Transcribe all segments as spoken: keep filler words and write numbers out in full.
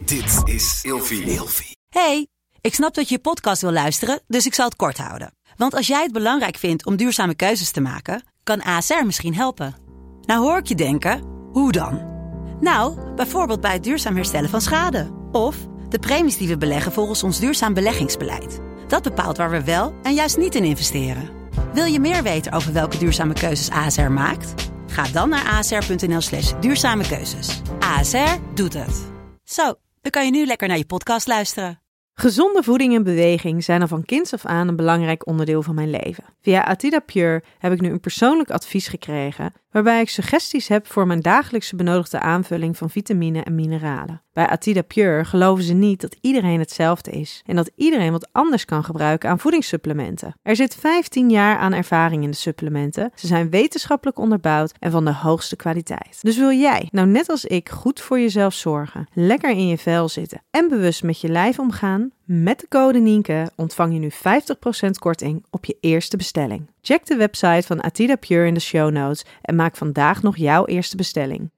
Dit is Ilfie. Hey, ik snap dat je je podcast wil luisteren, dus ik zal het kort houden. Want als jij het belangrijk vindt om duurzame keuzes te maken, kan A S R misschien helpen. Nou hoor ik je denken, hoe dan? Nou, bijvoorbeeld bij het duurzaam herstellen van schade. Of de premies die we beleggen volgens ons duurzaam beleggingsbeleid. Dat bepaalt waar we wel en juist niet in investeren. Wil je meer weten over welke duurzame keuzes A S R maakt? Ga dan naar asr.nl slash duurzame keuzes. A S R doet het. Zo, dan kan je nu lekker naar je podcast luisteren. Gezonde voeding en beweging zijn al van kinds af aan een belangrijk onderdeel van mijn leven. Via Atida Pure heb ik nu een persoonlijk advies gekregen, waarbij ik suggesties heb voor mijn dagelijkse benodigde aanvulling van vitamine en mineralen. Bij Atida Pure geloven ze niet dat iedereen hetzelfde is en dat iedereen wat anders kan gebruiken aan voedingssupplementen. Er zit vijftien jaar aan ervaring in de supplementen, ze zijn wetenschappelijk onderbouwd en van de hoogste kwaliteit. Dus wil jij, nou net als ik, goed voor jezelf zorgen, lekker in je vel zitten en bewust met je lijf omgaan? Met de code Nienke ontvang je nu vijftig procent korting op je eerste bestelling. Check de website van Atida Pure in de show notes en maak vandaag nog jouw eerste bestelling.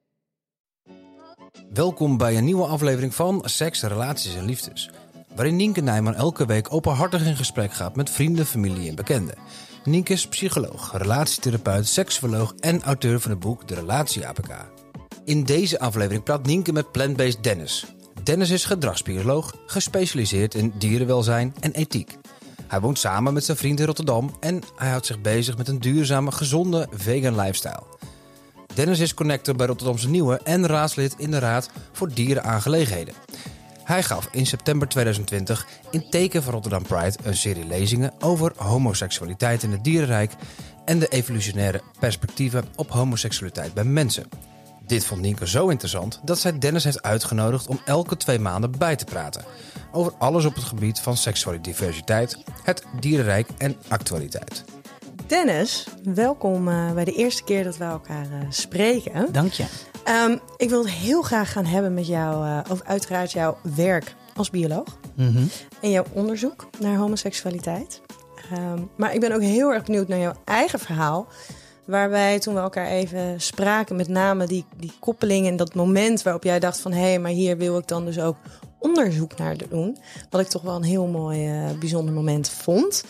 Welkom bij een nieuwe aflevering van Seks, Relaties en Liefdes. Waarin Nienke Nijman elke week openhartig in gesprek gaat met vrienden, familie en bekenden. Nienke is psycholoog, relatietherapeut, seksuoloog en auteur van het boek De Relatie A P K. In deze aflevering praat Nienke met Plant-Based Dennis. Dennis is gedragspsycholoog, gespecialiseerd in dierenwelzijn en ethiek. Hij woont samen met zijn vriend in Rotterdam en hij houdt zich bezig met een duurzame, gezonde, vegan lifestyle. Dennis is connector bij Rotterdamse Nieuwe en raadslid in de Raad voor Dierenaangelegenheden. Hij gaf in september tweeduizend twintig in teken van Rotterdam Pride een serie lezingen over homoseksualiteit in het dierenrijk en de evolutionaire perspectieven op homoseksualiteit bij mensen. Dit vond Nienke zo interessant dat zij Dennis heeft uitgenodigd om elke twee maanden bij te praten. Over alles op het gebied van seksuele diversiteit, het dierenrijk en actualiteit. Dennis, welkom uh, bij de eerste keer dat we elkaar uh, spreken. Dank je. Um, ik wil het heel graag gaan hebben met jou uh, over uiteraard jouw werk als bioloog. Mm-hmm. En jouw onderzoek naar homoseksualiteit. Um, maar ik ben ook heel erg benieuwd naar jouw eigen verhaal. Waarbij toen we elkaar even spraken, met name die, die koppeling en dat moment waarop jij dacht van hé, hey, maar hier wil ik dan dus ook onderzoek naar doen. Wat ik toch wel een heel mooi, uh, bijzonder moment vond.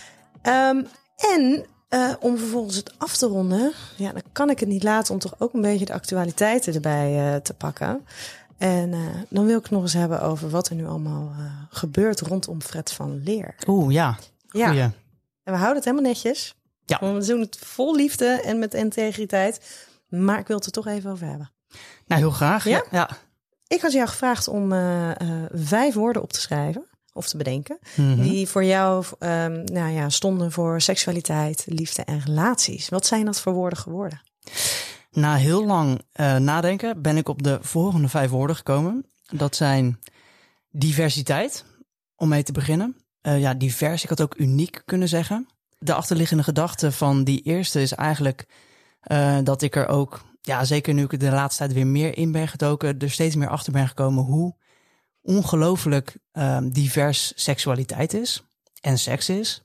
Um, en uh, om vervolgens het af te ronden, ja, dan kan ik het niet laten om toch ook een beetje de actualiteiten erbij uh, te pakken. En uh, dan wil ik het nog eens hebben over wat er nu allemaal uh, gebeurt rondom Fred van Leer. Oeh, ja. Goeie. Ja. En we houden het helemaal netjes. Ja. We doen het vol liefde en met integriteit. Maar ik wil het er toch even over hebben. Nou, heel graag. Ja? Ja. Ik had jou gevraagd om uh, uh, vijf woorden op te schrijven. Of te bedenken. Mm-hmm. Die voor jou um, nou ja, stonden voor seksualiteit, liefde en relaties. Wat zijn dat voor woorden geworden? Na heel lang uh, nadenken ben ik op de volgende vijf woorden gekomen. Dat zijn diversiteit, om mee te beginnen. Uh, ja, divers, ik had ook uniek kunnen zeggen. De achterliggende gedachte van die eerste is eigenlijk uh, dat ik er ook, ja, zeker nu ik er de laatste tijd weer meer in ben gedoken, er steeds meer achter ben gekomen hoe ongelooflijk uh, divers seksualiteit is en seks is.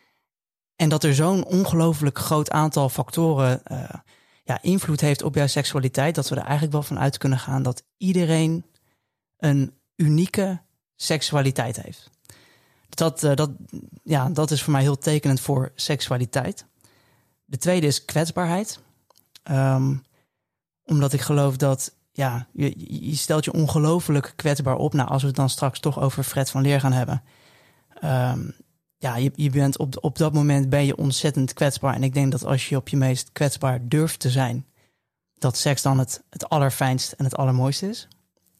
En dat er zo'n ongelooflijk groot aantal factoren uh, ja, invloed heeft op jouw seksualiteit, dat we er eigenlijk wel van uit kunnen gaan dat iedereen een unieke seksualiteit heeft. Dat, uh, dat, ja, dat is voor mij heel tekenend voor seksualiteit. De tweede is kwetsbaarheid. Um, omdat ik geloof dat ja, je, je stelt je ongelooflijk kwetsbaar op. Nou, als we het dan straks toch over Fred van Leer gaan hebben. Um, ja, je, je bent op, op dat moment ben je ontzettend kwetsbaar. En ik denk dat als je op je meest kwetsbaar durft te zijn, dat seks dan het, het allerfijnst en het allermooiste is.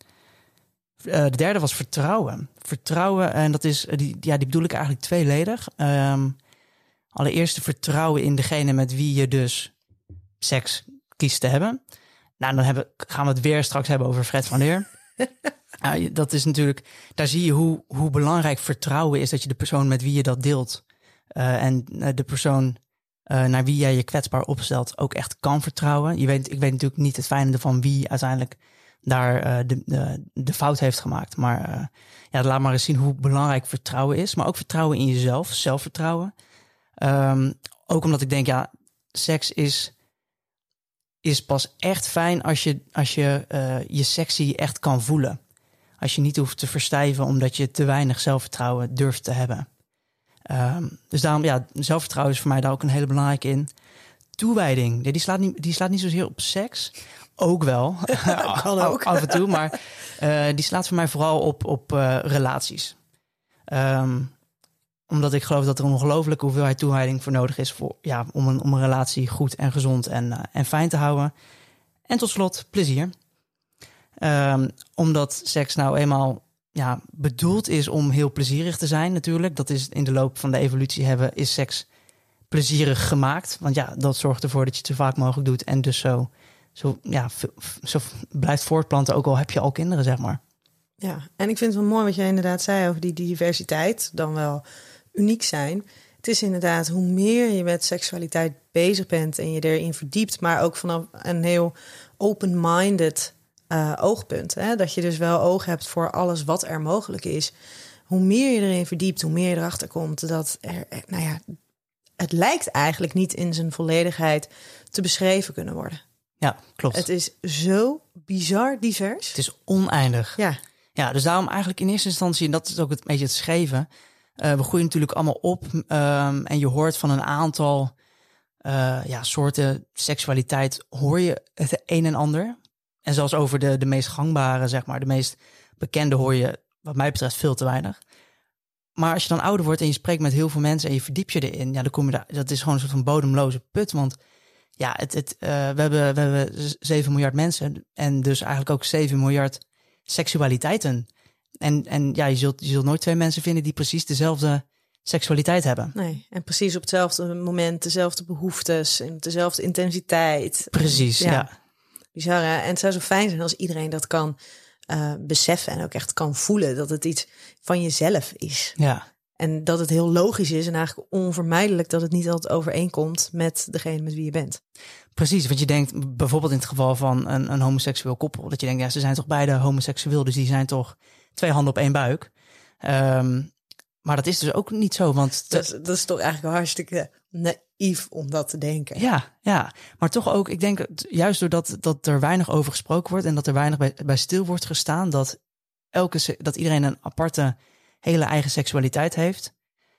Uh, de derde was vertrouwen. Vertrouwen, en dat is, die, ja, die bedoel ik eigenlijk tweeledig. Um, allereerst vertrouwen in degene met wie je dus seks kiest te hebben. Nou, dan hebben, gaan we het weer straks hebben over Fred van Leer. uh, dat is natuurlijk, daar zie je hoe, hoe belangrijk vertrouwen is, dat je de persoon met wie je dat deelt uh, en uh, de persoon uh, naar wie jij je kwetsbaar opstelt ook echt kan vertrouwen. Je weet, ik weet natuurlijk niet het fijne van wie uiteindelijk daar uh, de, de, de fout heeft gemaakt. Maar uh, ja, laat maar eens zien hoe belangrijk vertrouwen is. Maar ook vertrouwen in jezelf, zelfvertrouwen. Um, ook omdat ik denk, ja, seks is, is pas echt fijn als je, als je uh, je sexy echt kan voelen. Als je niet hoeft te verstijven omdat je te weinig zelfvertrouwen durft te hebben. Um, dus daarom, ja, zelfvertrouwen is voor mij daar ook een hele belangrijke in. Toewijding, die slaat niet, die slaat niet zozeer op seks. Ook wel, Kan ook. af en toe. Maar uh, die slaat voor mij vooral op, op uh, relaties. Um, omdat ik geloof dat er een ongelooflijke hoeveelheid toewijding voor nodig is... Voor, ja, om, een, om een relatie goed en gezond en, uh, en fijn te houden. En tot slot, plezier. Um, omdat seks nou eenmaal ja, bedoeld is om heel plezierig te zijn natuurlijk. Dat is in de loop van de evolutie hebben, is seks plezierig gemaakt. Want ja, dat zorgt ervoor dat je het zo vaak mogelijk doet. En dus zo, zo, ja, zo blijft voortplanten, ook al heb je al kinderen, zeg maar. Ja, en ik vind het wel mooi wat jij inderdaad zei over die diversiteit, dan wel uniek zijn. Het is inderdaad, hoe meer je met seksualiteit bezig bent en je erin verdiept, maar ook vanaf een heel open-minded uh, oogpunt. Hè? Dat je dus wel oog hebt voor alles wat er mogelijk is. Hoe meer je erin verdiept, hoe meer je erachter komt dat er, nou ja, het lijkt eigenlijk niet in zijn volledigheid te beschreven kunnen worden. Ja, klopt. Het is zo bizar divers. Het is oneindig. Ja. Ja, dus daarom eigenlijk in eerste instantie, en dat is ook het beetje het schreven. Uh, we groeien natuurlijk allemaal op um, en je hoort van een aantal uh, ja, soorten seksualiteit, hoor je het een en ander. En zelfs over de, de meest gangbare, zeg maar, de meest bekende hoor je wat mij betreft veel te weinig. Maar als je dan ouder wordt en je spreekt met heel veel mensen en je verdiept je erin, ja, dan kom je daar, dat is gewoon een soort van bodemloze put. Want ja, het, het, uh, we, hebben, we hebben zeven miljard mensen en dus eigenlijk ook zeven miljard seksualiteiten. En, en ja, je zult, je zult nooit twee mensen vinden die precies dezelfde seksualiteit hebben. Nee, en precies op hetzelfde moment, dezelfde behoeftes en dezelfde intensiteit. Precies, ja. ja. Bizar, hè? En het zou zo fijn zijn als iedereen dat kan uh, beseffen en ook echt kan voelen dat het iets van jezelf is. Ja. En dat het heel logisch is en eigenlijk onvermijdelijk dat het niet altijd overeenkomt met degene met wie je bent. Precies, want je denkt bijvoorbeeld in het geval van een, een homoseksueel koppel, dat je denkt, ja, ze zijn toch beide homoseksueel, dus die zijn toch twee handen op één buik. Um, maar dat is dus ook niet zo, want... Te... Dat, is, dat is toch eigenlijk hartstikke naïef om dat te denken. Ja, ja, maar toch ook, ik denk juist doordat dat er weinig over gesproken wordt en dat er weinig bij, bij stil wordt gestaan, dat, elke, dat iedereen een aparte, hele eigen seksualiteit heeft.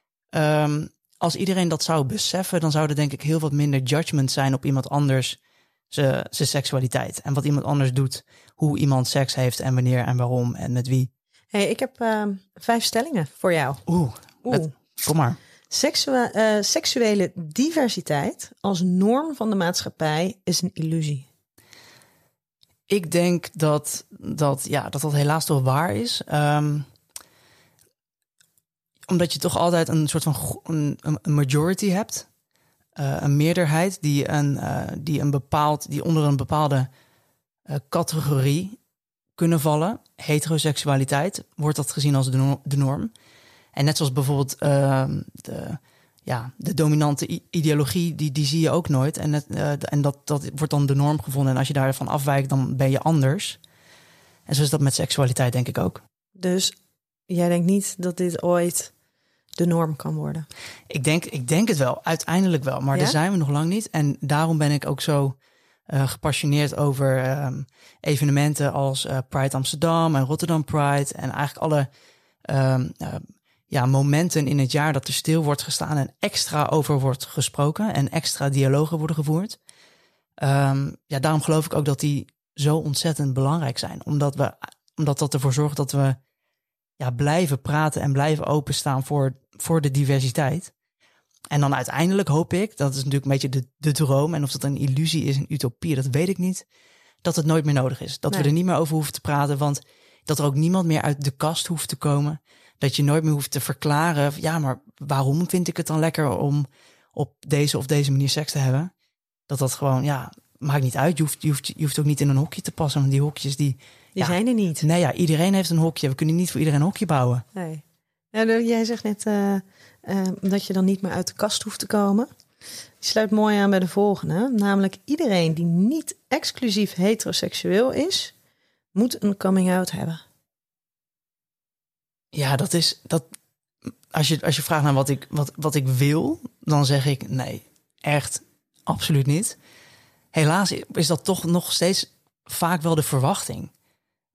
Um, als iedereen dat zou beseffen, dan zou er denk ik heel wat minder judgment zijn op iemand anders zijn seksualiteit. En wat iemand anders doet, hoe iemand seks heeft en wanneer en waarom en met wie. Hey, ik heb uh, vijf stellingen voor jou. Oeh, Oeh. Met, kom maar. Seksua- uh, seksuele diversiteit als norm van de maatschappij is een illusie. Ik denk dat dat, ja, dat, dat helaas toch waar is. Um, omdat je toch altijd een soort van een, een majority hebt. Uh, een meerderheid die, een, uh, die, een bepaald, die onder een bepaalde uh, categorie kunnen vallen. Heteroseksualiteit wordt dat gezien als de, no- de norm. En net zoals bijvoorbeeld uh, de, ja, de dominante i- ideologie, die, die zie je ook nooit. En, het, uh, en dat, dat wordt dan de norm gevonden. En als je daarvan afwijkt, dan ben je anders. En zo is dat met seksualiteit denk ik ook. Dus jij denkt niet dat dit ooit de norm kan worden? Ik denk, ik denk het wel, uiteindelijk wel. Maar ja? daar zijn we nog lang niet. En daarom ben ik ook zo uh, gepassioneerd over um, evenementen als uh, Pride Amsterdam en Rotterdam Pride. En eigenlijk alle um, uh, ja, momenten in het jaar dat er stil wordt gestaan en extra over wordt gesproken en extra dialogen worden gevoerd. Um, ja, daarom geloof ik ook dat die zo ontzettend belangrijk zijn. Omdat, we, omdat dat ervoor zorgt dat we ja, blijven praten en blijven openstaan voor, voor de diversiteit. En dan uiteindelijk hoop ik, dat is natuurlijk een beetje de, de droom, en of dat een illusie is, een utopie, dat weet ik niet, dat het nooit meer nodig is. Dat nee. we er niet meer over hoeven te praten, want dat er ook niemand meer uit de kast hoeft te komen. Dat je nooit meer hoeft te verklaren, ja, maar waarom vind ik het dan lekker om op deze of deze manier seks te hebben? Dat dat gewoon, ja, maakt niet uit. Je hoeft, je hoeft, je hoeft ook niet in een hokje te passen, want die hokjes die... Die ja, zijn er niet. Nee, ja, iedereen heeft een hokje. We kunnen niet voor iedereen een hokje bouwen. Nee. Ja, jij zegt net uh, uh, dat je dan niet meer uit de kast hoeft te komen. Je sluit mooi aan bij de volgende. Namelijk iedereen die niet exclusief heteroseksueel is, moet een coming-out hebben. Ja, dat is... dat. Als je, als je vraagt naar wat ik, wat, wat ik wil, dan zeg ik nee, echt absoluut niet. Helaas is dat toch nog steeds vaak wel de verwachting.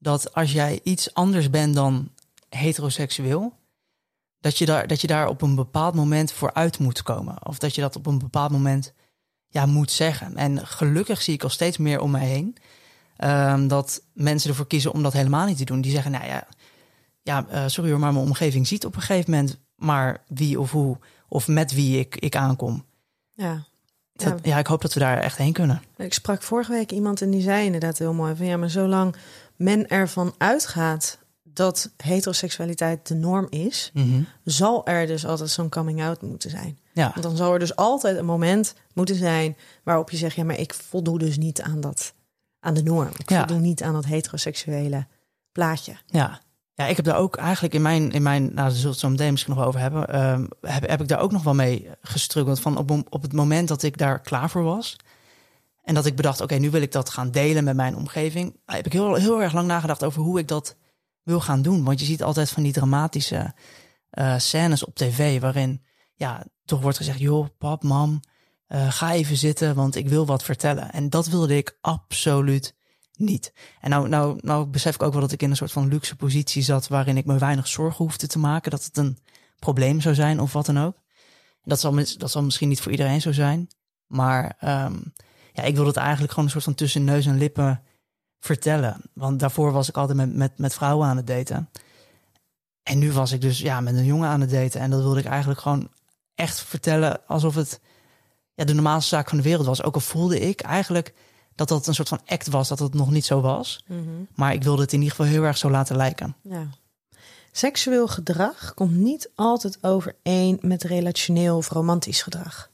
dat als jij iets anders bent dan heteroseksueel, dat je daar, dat je daar op een bepaald moment voor uit moet komen. Of dat je dat op een bepaald moment ja, moet zeggen. En gelukkig zie ik al steeds meer om mij heen um, dat mensen ervoor kiezen om dat helemaal niet te doen. Die zeggen, nou ja, ja uh, sorry hoor, maar mijn omgeving ziet op een gegeven moment maar wie of hoe of met wie ik, ik aankom. Ja. Dat, Ja. ja, ik hoop dat we daar echt heen kunnen. Ik sprak vorige week iemand en die zei inderdaad heel mooi van ja, maar zolang men ervan uitgaat dat heteroseksualiteit de norm is, Mm-hmm. zal er dus altijd zo'n coming out moeten zijn. Ja. Want dan zal er dus altijd een moment moeten zijn waarop je zegt ja, maar ik voldoe dus niet aan dat aan de norm. Ik Ja. voldoe niet aan dat heteroseksuele plaatje. Ja. Ja, ik heb daar ook eigenlijk in mijn, in mijn nou, daar zullen we het zo meteen misschien nog over hebben, um, heb, heb ik daar ook nog wel mee gestruggeld. Van op, op het moment dat ik daar klaar voor was en dat ik bedacht, oké, okay, nu wil ik dat gaan delen met mijn omgeving, heb ik heel, heel erg lang nagedacht over hoe ik dat wil gaan doen. Want je ziet altijd van die dramatische uh, scènes op tv waarin ja, toch wordt gezegd, joh, pap, mam, uh, ga even zitten, want ik wil wat vertellen. En dat wilde ik absoluut niet. En nou, nou, nou besef ik ook wel dat ik in een soort van luxe positie zat waarin ik me weinig zorgen hoefde te maken dat het een probleem zou zijn of wat dan ook. Dat zal, dat zal misschien niet voor iedereen zo zijn. Maar um, ja, ik wilde het eigenlijk gewoon een soort van tussen neus en lippen vertellen. Want daarvoor was ik altijd met, met, met vrouwen aan het daten. En nu was ik dus ja, met een jongen aan het daten. En dat wilde ik eigenlijk gewoon echt vertellen alsof het ja, de normaalste zaak van de wereld was. Ook al voelde ik eigenlijk dat dat een soort van act was, dat het nog niet zo was. Mm-hmm. Maar ik wilde het in ieder geval heel erg zo laten lijken. Ja. Seksueel gedrag komt niet altijd overeen met relationeel of romantisch gedrag.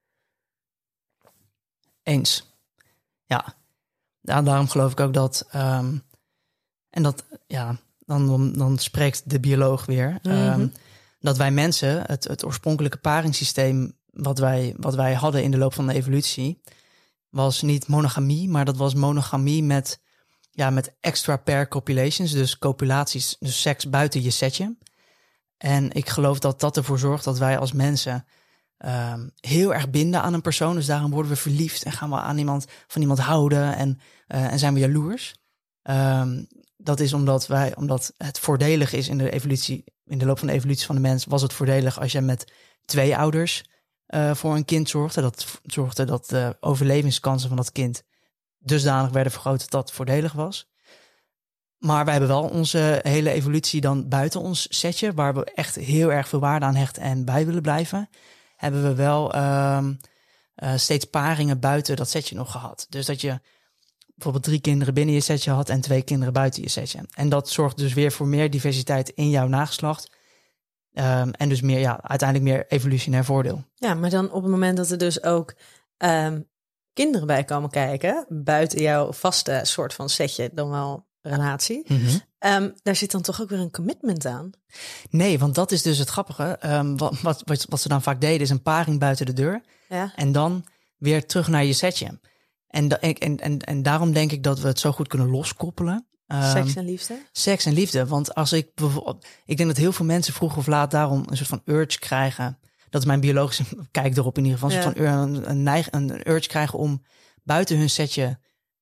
Eens. Ja. Ja, daarom geloof ik ook dat um, en dat ja, dan, dan, dan spreekt de bioloog weer. Mm-hmm. Um, dat wij mensen, het, het oorspronkelijke paringssysteem wat wij, wat wij hadden in de loop van de evolutie, was niet monogamie, maar dat was monogamie met, ja, met extra pair copulations, dus copulaties, dus seks buiten je setje. En ik geloof dat dat ervoor zorgt dat wij als mensen um, heel erg binden aan een persoon. Dus daarom worden we verliefd en gaan we aan iemand, van iemand houden en, uh, en zijn we jaloers. Um, dat is omdat wij, omdat het voordelig is in de evolutie, in de loop van de evolutie van de mens, was het voordelig als je met twee ouders Uh, voor een kind zorgde. Dat zorgde dat de overlevingskansen van dat kind dusdanig werden vergroot dat dat voordelig was. Maar wij hebben wel onze hele evolutie dan buiten ons setje, waar we echt heel erg veel waarde aan hechten en bij willen blijven, hebben we wel uh, uh, steeds paringen buiten dat setje nog gehad. Dus dat je bijvoorbeeld drie kinderen binnen je setje had en twee kinderen buiten je setje. En dat zorgt dus weer voor meer diversiteit in jouw nageslacht. Um, en dus meer, ja, uiteindelijk meer evolutionair voordeel. Ja, maar dan op het moment dat er dus ook um, kinderen bij komen kijken, buiten jouw vaste soort van setje, dan wel relatie, Mm-hmm. um, daar zit dan toch ook weer een commitment aan? Nee, want dat is dus het grappige. Um, wat, wat, wat ze dan vaak deden, is een paring buiten de deur. Ja. En dan weer terug naar je setje. En, da- en, en, en daarom denk ik dat we het zo goed kunnen loskoppelen. Um, Seks en liefde? Seks en liefde. Want als ik bijvoorbeeld, ik denk dat heel veel mensen vroeg of laat daarom een soort van urge krijgen. Dat is mijn biologische kijk erop in ieder geval. Een Ja. soort van een, een, neig, een urge krijgen om buiten hun setje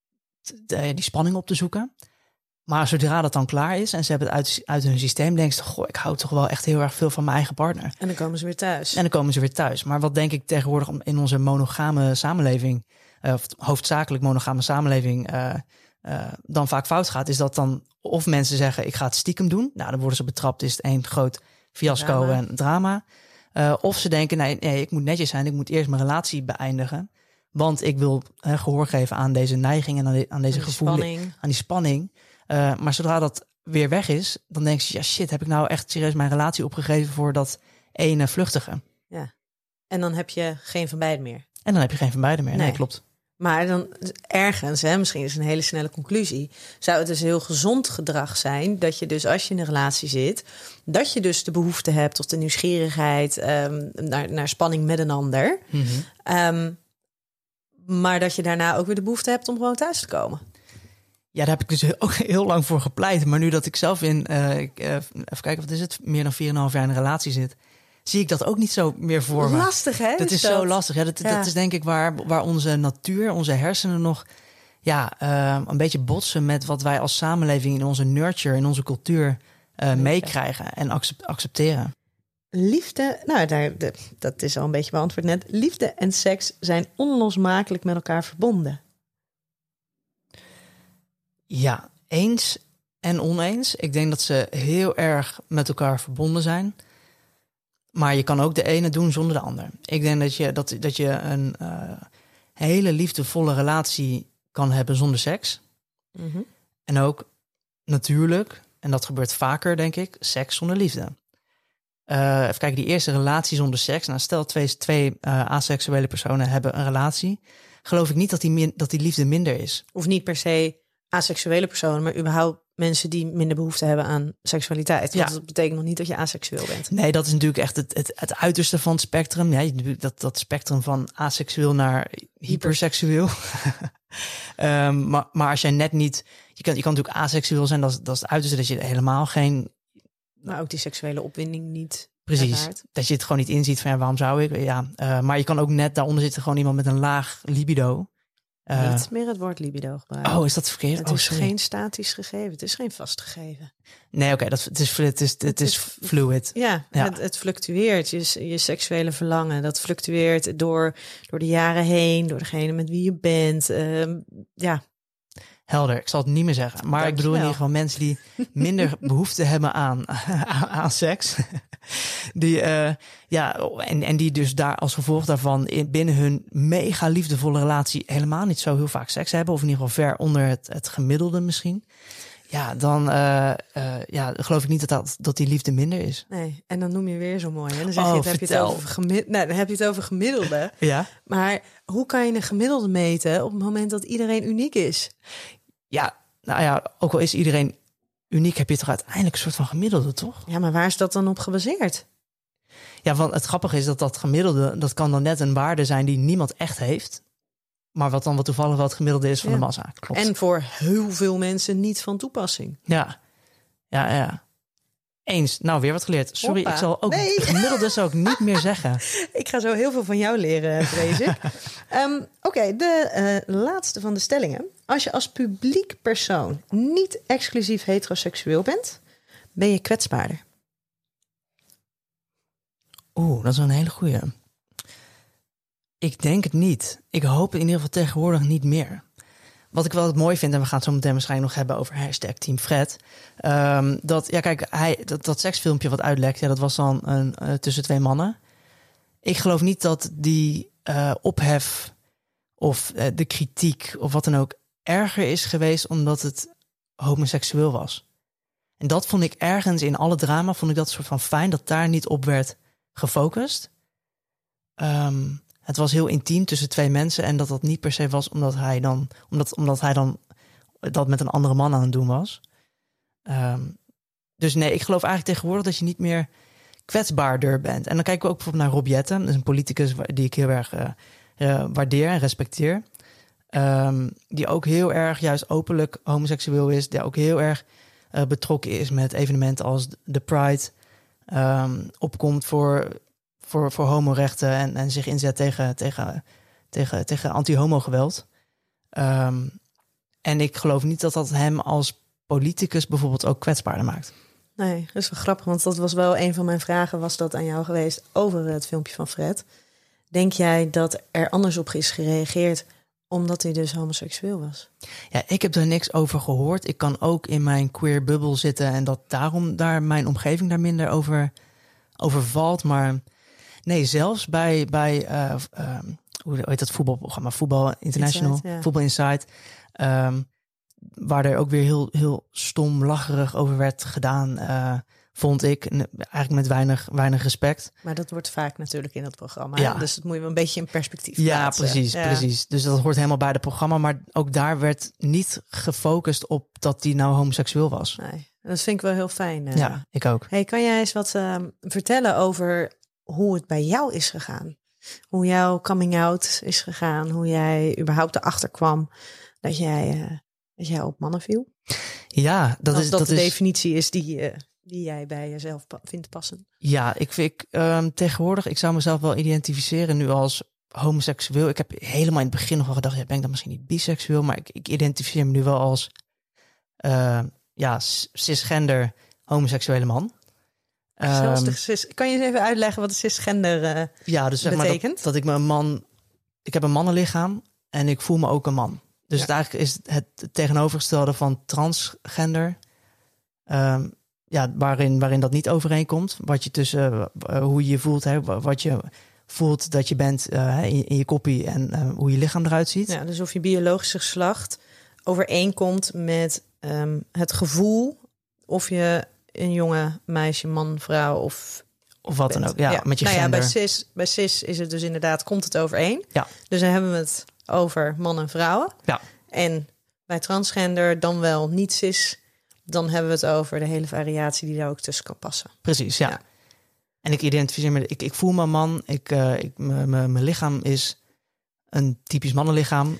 de, die spanning op te zoeken. Maar zodra dat dan klaar is en ze hebben het uit, uit hun systeem, denken ze, goh, ik hou toch wel echt heel erg veel van mijn eigen partner. En dan komen ze weer thuis. En dan komen ze weer thuis. Maar wat denk ik tegenwoordig in onze monogame samenleving, uh, of hoofdzakelijk monogame samenleving, uh, uh, dan vaak fout gaat, is dat dan of mensen zeggen, ik ga het stiekem doen. Nou, dan worden ze betrapt, is het één groot fiasco Drama. en drama. Uh, of ze denken, nee, nee, ik moet netjes zijn, ik moet eerst mijn relatie beëindigen. Want ik wil uh, gehoor geven aan deze neiging en aan, de, aan deze Die gevoelens, spanning. aan die spanning. Uh, maar zodra dat weer weg is, dan denk je, ja shit, heb ik nou echt serieus mijn relatie opgegeven voor dat ene vluchtige? Ja. En dan heb je geen van beiden meer. En dan heb je geen van beide meer. Nee, Nee. klopt. Maar dan ergens, hè, misschien is het een hele snelle conclusie, zou het dus heel gezond gedrag zijn dat je dus als je in een relatie zit, dat je dus de behoefte hebt of de nieuwsgierigheid um, naar, naar spanning met een ander. Mm-hmm. Um, maar dat je daarna ook weer de behoefte hebt om gewoon thuis te komen. Ja, daar heb ik dus ook heel lang voor gepleit. Maar nu dat ik zelf in, uh, ik, uh, even kijken, wat is het, meer dan vier en een half jaar in een relatie zit, zie ik dat ook niet zo meer voor me. Lastig, hè? Dat is zo lastig. Ja, dat, Ja. dat is denk ik waar, waar onze natuur, onze hersenen nog ja, uh, een beetje botsen met wat wij als samenleving in onze nurture, in onze cultuur uh, meekrijgen en accept- accepteren. Liefde, nou, daar, de, dat is al een beetje beantwoord net. Liefde en seks zijn onlosmakelijk met elkaar verbonden. Ja, eens en oneens. Ik denk dat ze heel erg met elkaar verbonden zijn. Maar je kan ook de ene doen zonder de ander. Ik denk dat je, dat, dat je een uh, hele liefdevolle relatie kan hebben zonder seks. Mm-hmm. En ook natuurlijk, en dat gebeurt vaker, denk ik, seks zonder liefde. Uh, even kijken, die eerste relatie zonder seks. Nou, stel twee, twee uh, aseksuele personen hebben een relatie. Geloof ik niet dat die, min, dat die liefde minder is. Of niet per se aseksuele personen, maar überhaupt mensen die minder behoefte hebben aan seksualiteit. Want Ja. dat betekent nog niet dat je aseksueel bent. Nee, dat is natuurlijk echt het, het, het uiterste van het spectrum. Ja, dat, dat spectrum van aseksueel naar hyperseksueel. um, maar, maar als jij net niet... Je kan, je kan natuurlijk aseksueel zijn, dat is, dat is het uiterste, dat je helemaal geen... Maar ook die seksuele opwinding niet. Precies, ervaart. dat je het gewoon niet inziet van ja, waarom zou ik? Ja, uh, maar je kan ook net daaronder zitten gewoon iemand met een laag libido. Uh, Niet meer het woord libido gebruiken. Oh, is dat verkeerd? Het oh, is sorry. geen statisch gegeven. Het is geen vast gegeven. Nee, oké, okay, het is, het is, het is fluid. Ja, Ja. Het, het fluctueert. Je, je seksuele verlangen, dat fluctueert door, door de jaren heen, door degene met wie je bent. Uh, ja. Helder, ik zal het niet meer zeggen. Maar ik bedoel in ieder geval mensen die minder behoefte hebben aan, aan, aan seks. Die, uh, ja, en, en die dus daar als gevolg daarvan in, binnen hun mega liefdevolle relatie helemaal niet zo heel vaak seks hebben. Of in ieder geval ver onder het, het gemiddelde misschien. Ja, dan uh, uh, ja, geloof ik niet dat, dat, dat die liefde minder is. Nee, en dan noem je weer zo mooi. Hè? Dan zeg oh, je, het, heb je het vertel. over gemi- nou, dan heb je het over gemiddelde. Ja. Maar hoe kan je een gemiddelde meten op het moment dat iedereen uniek is? Ja, nou ja, ook al is iedereen uniek, heb je toch uiteindelijk een soort van gemiddelde, toch? Ja, maar waar is dat dan op gebaseerd? Ja, want het grappige is dat dat gemiddelde, dat kan dan net een waarde zijn die niemand echt heeft. Maar wat dan wat toevallig wel het gemiddelde is van Ja. de massa. Klopt. En voor heel veel mensen niet van toepassing. Ja, ja, ja. Eens. Nou, weer wat geleerd. Sorry, Hoppa. ik zal ook Nee. gemiddelde zou ik niet meer zeggen. Ik ga zo heel veel van jou leren, vrees ik. um, Oké, okay, de uh, laatste van de stellingen. Als je als publiek persoon niet exclusief heteroseksueel bent, ben je kwetsbaarder. Oeh, dat is een hele goeie. Ik denk het niet. Ik hoop het in ieder geval tegenwoordig niet meer. Wat ik wel het mooi vind, en we gaan het zo meteen waarschijnlijk nog hebben over hashtag Team Fred. Um, dat, ja kijk, hij, dat, dat seksfilmpje wat uitlekt, ja, dat was dan een, uh, tussen twee mannen. Ik geloof niet dat die uh, ophef of uh, de kritiek of wat dan ook erger is geweest omdat het homoseksueel was. En dat vond ik ergens in alle drama, vond ik dat soort van fijn dat daar niet op werd gefocust. Um, het was heel intiem tussen twee mensen en dat dat niet per se was omdat hij dan, omdat, omdat hij dan dat met een andere man aan het doen was. Um, dus nee, ik geloof eigenlijk tegenwoordig dat je niet meer kwetsbaarder bent. En dan kijken we ook bijvoorbeeld naar Rob Jetten, dat is een politicus die ik heel erg uh, uh, waardeer en respecteer. Um, die ook heel erg juist openlijk homoseksueel is, die ook heel erg uh, betrokken is met evenementen als de Pride, um, opkomt voor, voor, voor homorechten en, en zich inzet tegen, tegen, tegen, tegen anti-homo-geweld. Um, en ik geloof niet dat dat hem als politicus bijvoorbeeld ook kwetsbaarder maakt. Nee, dat is wel grappig, want dat was wel een van mijn vragen, was dat aan jou geweest over het filmpje van Fred. Denk jij dat er anders op is gereageerd omdat hij dus homoseksueel was? Ja, ik heb er niks over gehoord. Ik kan ook in mijn queer bubbel zitten en dat daarom daar mijn omgeving daar minder over, over valt. Maar nee, zelfs bij, bij uh, uh, hoe heet dat voetbalprogramma? Voetbal International, Inside, ja. Voetbal Inside. Um, waar er ook weer heel, heel stom, lacherig over werd gedaan, uh, vond ik. Eigenlijk met weinig, weinig respect. Maar dat wordt vaak natuurlijk in dat programma. Ja. Hè? Dus dat moet je wel een beetje in perspectief Ja, plaatsen. precies, Ja. precies. Dus dat hoort helemaal bij het programma. Maar ook daar werd niet gefocust op dat hij nou homoseksueel was. Nee, dat vind ik wel heel fijn. Uh. Ja, ik ook. Hey, kan jij eens wat uh, vertellen over hoe het bij jou is gegaan? Hoe jouw coming out is gegaan? Hoe jij überhaupt erachter kwam dat jij, uh, dat jij op mannen viel? Ja, dat Als is... dat, dat de is... definitie is die, uh, die jij bij jezelf pa- vindt passen. Ja, ik vind um, tegenwoordig, ik zou mezelf wel identificeren nu als homoseksueel. Ik heb helemaal in het begin nog wel gedacht, ja, ben ik dan misschien niet biseksueel, maar ik, ik identificeer me nu wel als uh, ja, cisgender homoseksuele man. Zelfs Um, de cis, kan je eens even uitleggen wat de cisgender uh, ja, dus zeg betekent? Maar dat, dat ik me een man, ik heb een mannenlichaam en ik voel me ook een man. Dus Ja. het eigenlijk is het tegenovergestelde van transgender. Um, ja, waarin, waarin dat niet overeenkomt. Wat je tussen uh, hoe je je voelt, hè, wat je voelt dat je bent uh, in, in je koppie en uh, hoe je lichaam eruit ziet. Ja, dus of je biologische geslacht overeenkomt met um, het gevoel of je een jonge meisje, man, vrouw of Of wat bent. dan ook, ja, ja. met je nou gender. Ja, bij cis, bij cis is het dus inderdaad, komt het overeen. Ja. Dus dan hebben we het over mannen en vrouwen. Ja. En bij transgender dan wel niet cis, dan hebben we het over de hele variatie die daar ook tussen kan passen. Precies, ja. Ja. En ik identificeer me, ik, ik voel me man, ik, uh, ik, mijn lichaam is een typisch mannenlichaam.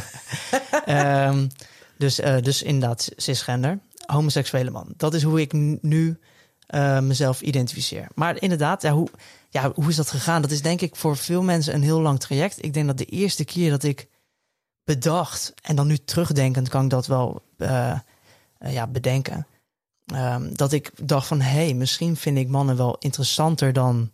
um, dus, uh, dus inderdaad cisgender, homoseksuele man. Dat is hoe ik nu uh, mezelf identificeer. Maar inderdaad, ja, hoe, ja, hoe is dat gegaan? Dat is denk ik voor veel mensen een heel lang traject. Ik denk dat de eerste keer dat ik bedacht, en dan nu terugdenkend kan ik dat wel uh, uh, ja, bedenken. Um, dat ik dacht van, hé, hey, misschien vind ik mannen wel interessanter dan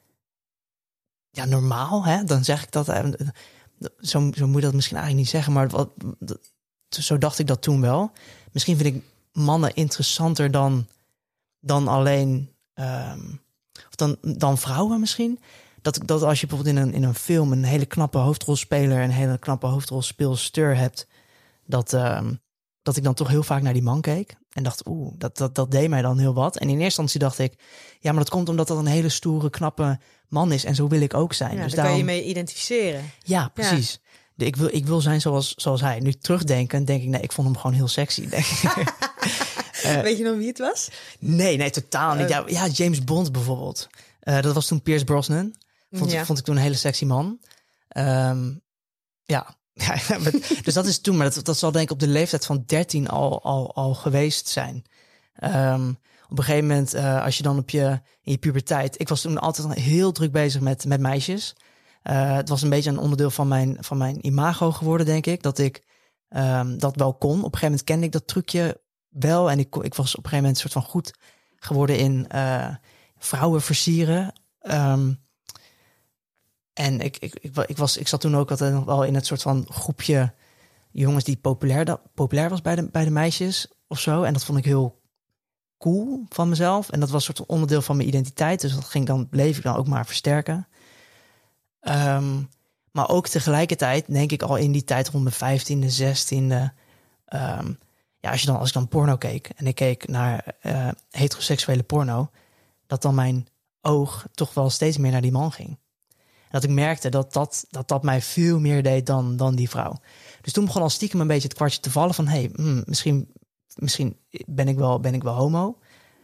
ja, normaal. Hè? Dan zeg ik dat. Uh, zo, zo moet je dat misschien eigenlijk niet zeggen, maar wat, zo dacht ik dat toen wel. Misschien vind ik mannen interessanter dan, dan alleen um, of dan, dan vrouwen misschien. Dat, dat als je bijvoorbeeld in een, in een film een hele knappe hoofdrolspeler en een hele knappe hoofdrolspeelster hebt, dat, um, dat ik dan toch heel vaak naar die man keek. En dacht, oeh, dat, dat, dat deed mij dan heel wat. En in eerste instantie dacht ik, ja, maar dat komt omdat dat een hele stoere, knappe man is. En zo wil ik ook zijn. Ja, dus daar daarom, kan je mee identificeren. Ja, precies. Ja. De, ik, wil, ik wil zijn zoals, zoals hij. Nu terugdenken, denk ik, nee, ik vond hem gewoon heel sexy. Denk ik. uh, Weet je nog wie het was? Nee, nee, totaal niet. Ja, ja James Bond bijvoorbeeld. Uh, dat was toen Pierce Brosnan. Vond, ja. vond ik toen een hele sexy man. Um, ja. Ja, dus dat is toen, maar dat, dat zal denk ik op de leeftijd van dertien al, al, al geweest zijn. Um, op een gegeven moment, uh, als je dan op je, in je puberteit... Ik was toen altijd heel druk bezig met, met meisjes. Uh, het was een beetje een onderdeel van mijn, van mijn imago geworden, denk ik. Dat ik um, dat wel kon. Op een gegeven moment kende ik dat trucje wel. En ik, ik was op een gegeven moment soort van goed geworden in uh, vrouwen versieren. Um, En ik, ik, ik, ik, was, ik zat toen ook altijd nog wel in het soort van groepje jongens die populair, dat, populair was bij de, bij de meisjes of zo. En dat vond ik heel cool van mezelf. En dat was een soort onderdeel van mijn identiteit. Dus dat ging dan, bleef ik dan ook maar versterken. Um, maar ook tegelijkertijd denk ik al in die tijd rond mijn vijftiende, zestiende. Um, ja, als, je dan, als ik dan porno keek en ik keek naar uh, heteroseksuele porno, dat dan mijn oog toch wel steeds meer naar die man ging. Dat ik merkte dat dat, dat dat mij veel meer deed dan, dan die vrouw. Dus toen begon al stiekem een beetje het kwartje te vallen van, hey, hmm, misschien, misschien ben ik wel, ben ik wel homo.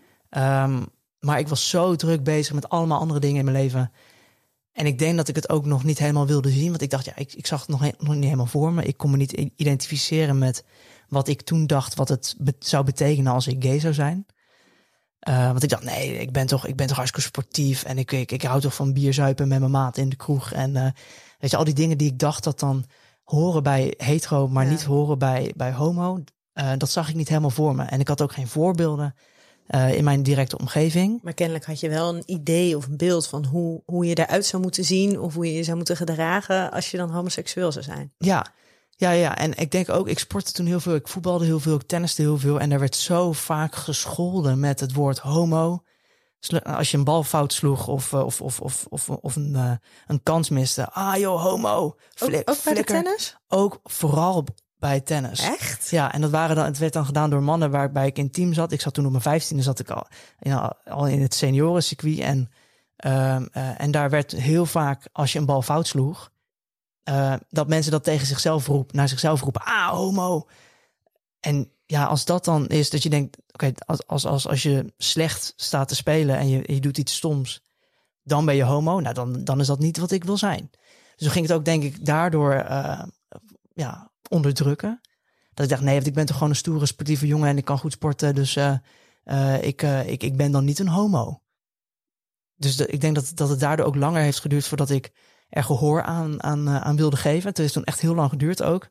Um, maar ik was zo druk bezig met allemaal andere dingen in mijn leven. En ik denk dat ik het ook nog niet helemaal wilde zien. Want ik dacht, ja, ik, ik zag het nog, he- nog niet helemaal voor me. Ik kon me niet identificeren met wat ik toen dacht wat het be- zou betekenen als ik gay zou zijn. Uh, want ik dacht, nee, ik ben toch, ik ben toch hartstikke sportief. En ik, ik, ik hou toch van bierzuipen met mijn maat in de kroeg. En uh, weet je, al die dingen die ik dacht dat dan horen bij hetero, maar ja. niet horen bij, bij homo. Uh, dat zag ik niet helemaal voor me. En ik had ook geen voorbeelden uh, in mijn directe omgeving. Maar kennelijk had je wel een idee of een beeld van hoe, hoe je eruit zou moeten zien. Of hoe je je zou moeten gedragen als je dan homoseksueel zou zijn. Ja, ja, ja. En ik denk ook, ik sportte toen heel veel. Ik voetbalde heel veel, ik tenniste heel veel. En er werd zo vaak gescholden met het woord homo. Als je een bal fout sloeg of, of, of, of, of, of een, uh, een kans miste. Ah joh, homo. Flik, ook, ook bij de tennis? Ook vooral bij tennis. Echt? Ja, en dat waren dan, het werd dan gedaan door mannen waarbij ik in team zat. Ik zat toen op mijn vijftiende, zat ik al, ja, al in het seniorencircuit. En, uh, uh, en daar werd heel vaak, als je een bal fout sloeg, Uh, dat mensen dat tegen zichzelf roepen, naar zichzelf roepen, ah, homo. En ja, als dat dan is dat je denkt, oké, okay, als, als, als, als je slecht staat te spelen en je, je doet iets stoms, dan ben je homo. Nou, dan, dan is dat niet wat ik wil zijn. Dus toen ging het ook, denk ik, daardoor uh, ja, onderdrukken. Dat ik dacht, nee, want ik ben toch gewoon een stoere, sportieve jongen en ik kan goed sporten, dus uh, uh, ik, uh, ik, ik ben dan niet een homo. Dus de, ik denk dat, dat het daardoor ook langer heeft geduurd voordat ik er gehoor aan, aan, uh, aan wilde geven. Het is toen echt heel lang geduurd ook.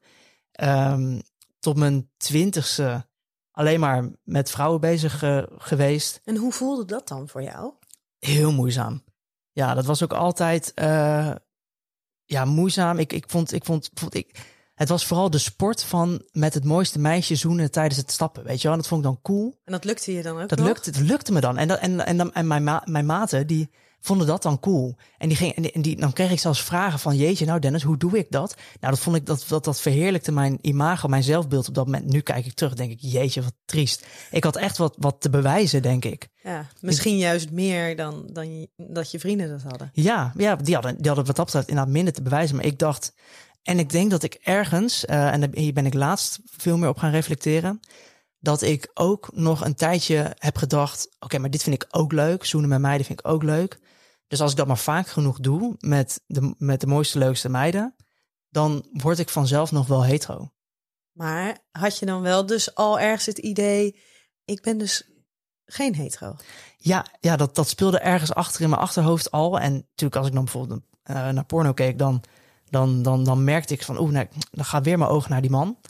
Um, tot mijn twintigste alleen maar met vrouwen bezig uh, geweest. En hoe voelde dat dan voor jou? Heel moeizaam. Ja, dat was ook altijd uh, ja, moeizaam. Ik, ik vond, ik vond, vond ik, het was vooral de sport van met het mooiste meisje zoenen tijdens het stappen. Weet je wel, en dat vond ik dan cool. En dat lukte je dan ook dat nog? Lukte, dat lukte me dan. En, dat, en, en, dan, en mijn, ma, mijn maten, die vonden dat dan cool. En, die ging, en, die, en die, dan kreeg ik zelfs vragen van... jeetje, nou Dennis, hoe doe ik dat? Nou, dat vond ik dat, dat, dat verheerlijkte mijn imago, mijn zelfbeeld op dat moment. Nu kijk ik terug, denk ik, jeetje, wat triest. Ik had echt wat, wat te bewijzen, denk ik. Ja, misschien ik, juist meer dan, dan je, dat je vrienden dat hadden. Ja, ja die, hadden, die hadden wat dat betreft inderdaad minder te bewijzen. Maar ik dacht... En ik denk dat ik ergens, uh, en hier ben ik laatst veel meer op gaan reflecteren... dat ik ook nog een tijdje heb gedacht... oké, okay, maar dit vind ik ook leuk. Zoenen met meiden vind ik ook leuk. Dus als ik dat maar vaak genoeg doe met de, met de mooiste, leukste meiden... dan word ik vanzelf nog wel hetero. Maar had je dan wel dus al ergens het idee... ik ben dus geen hetero? Ja, ja dat, dat speelde ergens achter in mijn achterhoofd al. En natuurlijk als ik dan bijvoorbeeld uh, naar porno keek... dan, dan, dan, dan merkte ik van... oeh, nou, dan gaat weer mijn oog naar die man...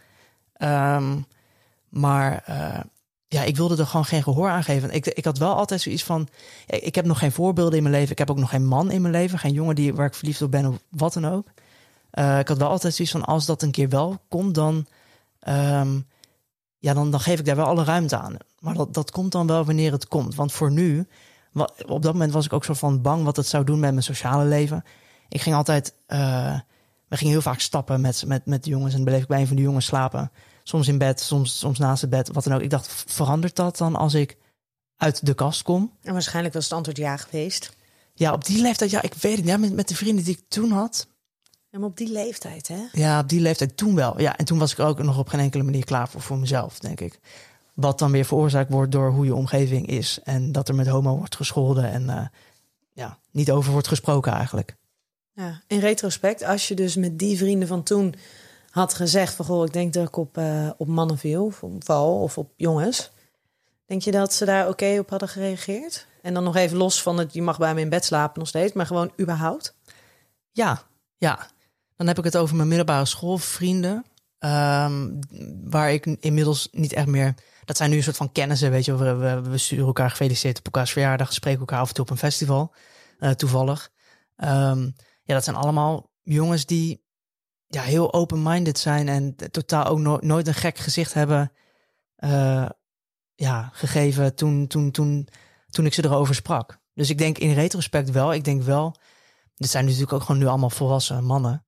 Um, Maar uh, ja, ik wilde er gewoon geen gehoor aan geven. Ik, ik had wel altijd zoiets van... Ik heb nog geen voorbeelden in mijn leven. Ik heb ook nog geen man in mijn leven. Geen jongen die, waar ik verliefd op ben of wat dan ook. Uh, ik had wel altijd zoiets van... Als dat een keer wel komt, dan... Um, ja, dan, dan geef ik daar wel alle ruimte aan. Maar dat, dat komt dan wel wanneer het komt. Want voor nu... Wat, op dat moment was ik ook zo van bang... wat het zou doen met mijn sociale leven. Ik ging altijd... Uh, we gingen heel vaak stappen met, met, met de jongens. En dan bleef ik bij een van de jongens slapen... Soms in bed, soms, soms naast het bed, wat dan ook. Ik dacht, verandert dat dan als ik uit de kast kom? En waarschijnlijk was het antwoord ja geweest. Ja, op die leeftijd, ja, ik weet het. Ja, met, met de vrienden die ik toen had. Ja, maar op die leeftijd, hè? Ja, op die leeftijd toen wel. Ja, en toen was ik er ook nog op geen enkele manier klaar voor, voor mezelf, denk ik. Wat dan weer veroorzaakt wordt door hoe je omgeving is. En dat er met homo wordt gescholden en uh, ja, niet over wordt gesproken eigenlijk. Ja, in retrospect, als je dus met die vrienden van toen... had gezegd van, goh, ik denk dat ik op, uh, op mannen viel, of op val, of op jongens. Denk je dat ze daar oké okay op hadden gereageerd? En dan nog even los van het, je mag bij me in bed slapen nog steeds, maar gewoon überhaupt? Ja, ja. Dan heb ik het over mijn middelbare schoolvrienden, um, waar ik inmiddels niet echt meer... Dat zijn nu een soort van kennissen, weet je. We, we, we sturen elkaar gefeliciteerd op elkaars verjaardag, spreken elkaar af en toe op een festival, uh, toevallig. Um, ja, dat zijn allemaal jongens die... ja, heel open-minded zijn en totaal ook no- nooit een gek gezicht hebben uh, ja, gegeven toen, toen, toen, toen ik ze erover sprak. Dus ik denk in retrospect wel, ik denk wel, dit zijn natuurlijk ook gewoon nu allemaal volwassen mannen.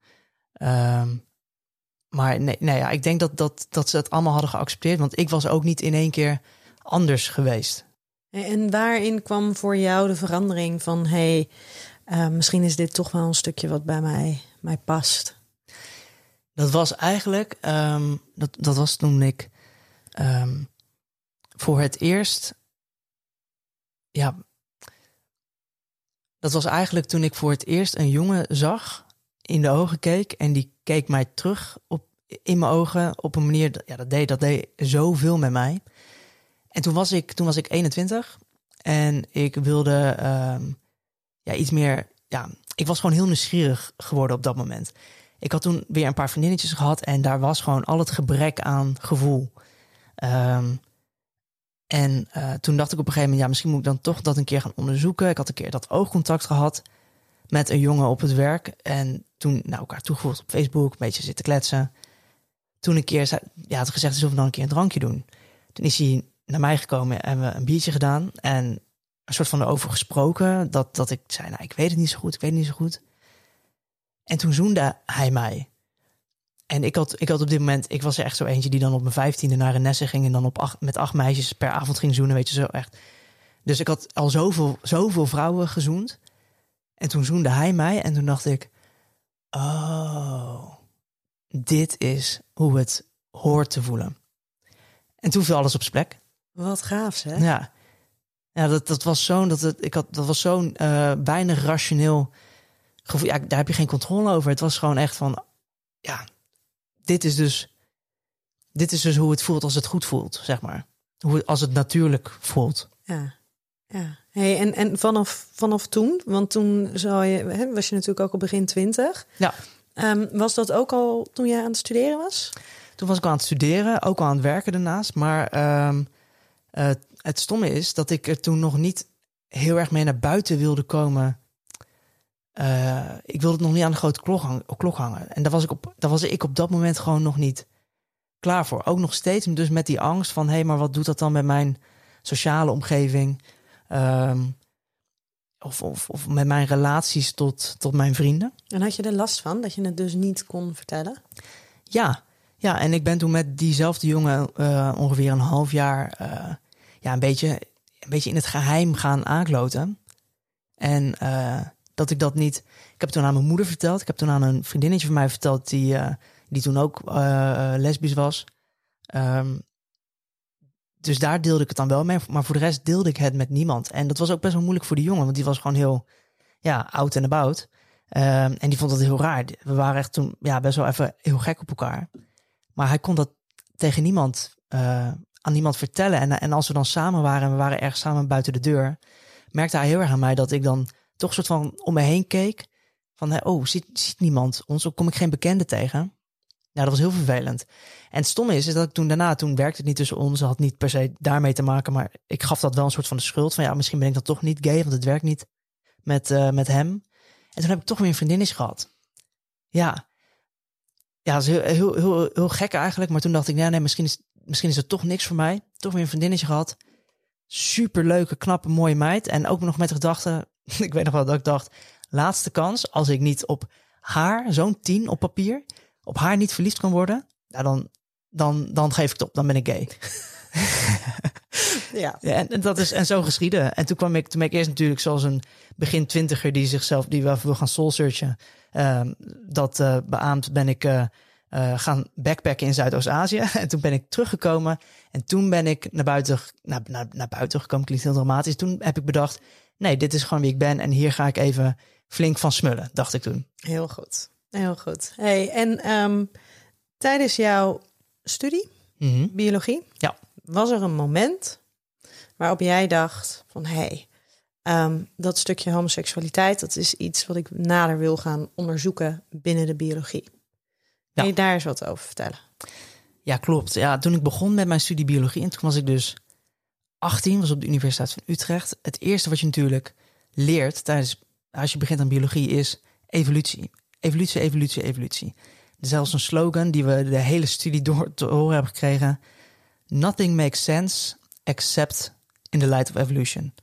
Um, maar nee, nee ja, ik denk dat, dat, dat ze het allemaal hadden geaccepteerd, want ik was ook niet in één keer anders geweest. En waarin kwam voor jou de verandering van, hey, uh, misschien is dit toch wel een stukje wat bij mij, mij past? Dat was eigenlijk, um, dat, dat was toen ik um, voor het eerst, ja, dat was eigenlijk toen ik voor het eerst een jongen zag, in de ogen keek en die keek mij terug op, in mijn ogen op een manier, ja, dat deed, dat deed zoveel met mij. En toen was ik, toen was ik eenentwintig en ik wilde um, ja, iets meer, ja, ik was gewoon heel nieuwsgierig geworden op dat moment. Ik had toen weer een paar vriendinnetjes gehad en daar was gewoon al het gebrek aan gevoel. Um, en uh, toen dacht ik op een gegeven moment, ja, misschien moet ik dan toch dat een keer gaan onderzoeken. Ik had een keer dat oogcontact gehad met een jongen op het werk. En toen nou, elkaar toegevoegd op Facebook, een beetje zitten kletsen. Toen een keer zei, ja, had gezegd, zullen we dan een keer een drankje doen? Toen is hij naar mij gekomen en we een biertje gedaan. En een soort van erover gesproken, dat, dat ik zei, nou, ik weet het niet zo goed, ik weet het niet zo goed. En toen zoende hij mij. En ik had, ik had op dit moment, ik was er echt zo eentje die dan op mijn vijftiende naar een nessen ging en dan op acht, met acht meisjes per avond ging zoenen, weet je, zo echt. Dus ik had al zoveel, zoveel vrouwen gezoend. En toen zoende hij mij en toen dacht ik, oh, dit is hoe het hoort te voelen. En toen viel alles op zijn plek. Wat gaaf, hè? Ja, ja dat, dat was zo'n, dat het, ik had, dat was zo'n uh, weinig rationeel gevoel. Ja, daar heb je geen controle over. Het was gewoon echt van, ja, dit is dus, dit is dus hoe het voelt als het goed voelt, zeg maar. Hoe het, als het natuurlijk voelt. Ja. Ja, hey, en, en vanaf, vanaf toen, want toen zou je, hè, was je natuurlijk ook al begin twintig. Ja. Um, was dat ook al toen je aan het studeren was? Toen was ik al aan het studeren, ook al aan het werken daarnaast. Maar um, uh, het stomme is dat ik er toen nog niet heel erg mee naar buiten wilde komen. Uh, ik wilde het nog niet aan de grote klok, hang, klok hangen. En daar was, ik op, daar was ik op dat moment gewoon nog niet klaar voor. Ook nog steeds dus met die angst van... hé, hey, maar wat doet dat dan met mijn sociale omgeving? Um, of, of, of met mijn relaties tot, tot mijn vrienden. En had je er last van, dat je het dus niet kon vertellen? Ja, ja, en ik ben toen met diezelfde jongen uh, ongeveer een half jaar... Uh, ja, een beetje, een beetje in het geheim gaan aankloten. En uh, dat ik dat niet... Ik heb het toen aan mijn moeder verteld. Ik heb toen aan een vriendinnetje van mij verteld... die, uh, die toen ook uh, lesbisch was. Um, dus daar deelde ik het dan wel mee. Maar voor de rest deelde ik het met niemand. En dat was ook best wel moeilijk voor die jongen. Want die was gewoon heel ja, oud en about. Um, en die vond dat heel raar. We waren echt toen ja, best wel even heel gek op elkaar. Maar hij kon dat tegen niemand... Uh, aan niemand vertellen. En, en als we dan samen waren en we waren ergens samen buiten de deur... merkte hij heel erg aan mij dat ik dan toch een soort van om me heen keek. Van, oh, ziet, ziet niemand ons? Of kom ik geen bekende tegen? Nou, dat was heel vervelend. En het stomme is, is dat ik toen daarna, toen werkte het niet tussen ons. Het had niet per se daarmee te maken, maar ik gaf dat wel een soort van de schuld. Van ja, misschien ben ik dan toch niet gay, want het werkt niet met, uh, met hem. En toen heb ik toch weer een vriendinnetje gehad. Ja, ja, dat is heel, heel, heel, heel gek eigenlijk. Maar toen dacht ik, nee, nee, misschien is, misschien is het toch niks voor mij. Toch weer een vriendinnetje gehad. Superleuke, knappe, mooie meid. En ook nog met de gedachte, ik weet nog wel dat ik dacht... laatste kans, als ik niet op haar, zo'n tien op papier... op haar niet verliefd kan worden... Nou dan, dan, dan geef ik het op, dan ben ik gay. Ja. Ja, en, dat is, en zo geschieden. En toen kwam ik, toen ben ik eerst natuurlijk zoals een begin twintiger... die zichzelf, die wel wil gaan soul searchen... Uh, dat uh, beaamt ben ik... Uh, Uh, gaan backpacken in Zuidoost-Azië. En toen ben ik teruggekomen. En toen ben ik naar buiten, naar, naar, naar buiten gekomen. Klinkt heel dramatisch. Toen heb ik bedacht, nee, dit is gewoon wie ik ben. En hier ga ik even flink van smullen, dacht ik toen. Heel goed. Heel goed. Hey, en um, tijdens jouw studie, mm-hmm. biologie, ja. was er een moment waarop jij dacht van, hé, hey, um, dat stukje homoseksualiteit, dat is iets wat ik nader wil gaan onderzoeken binnen de biologie. Kun je ja. daar eens wat over vertellen? Ja, klopt. Ja, toen ik begon met mijn studie biologie, en toen was ik dus achttien, was op de Universiteit van Utrecht. Het eerste wat je natuurlijk leert tijdens, als je begint aan biologie, is evolutie. Evolutie, evolutie, evolutie. Er is zelfs een slogan die we de hele studie door te horen hebben gekregen. Nothing makes sense except in the light of evolution.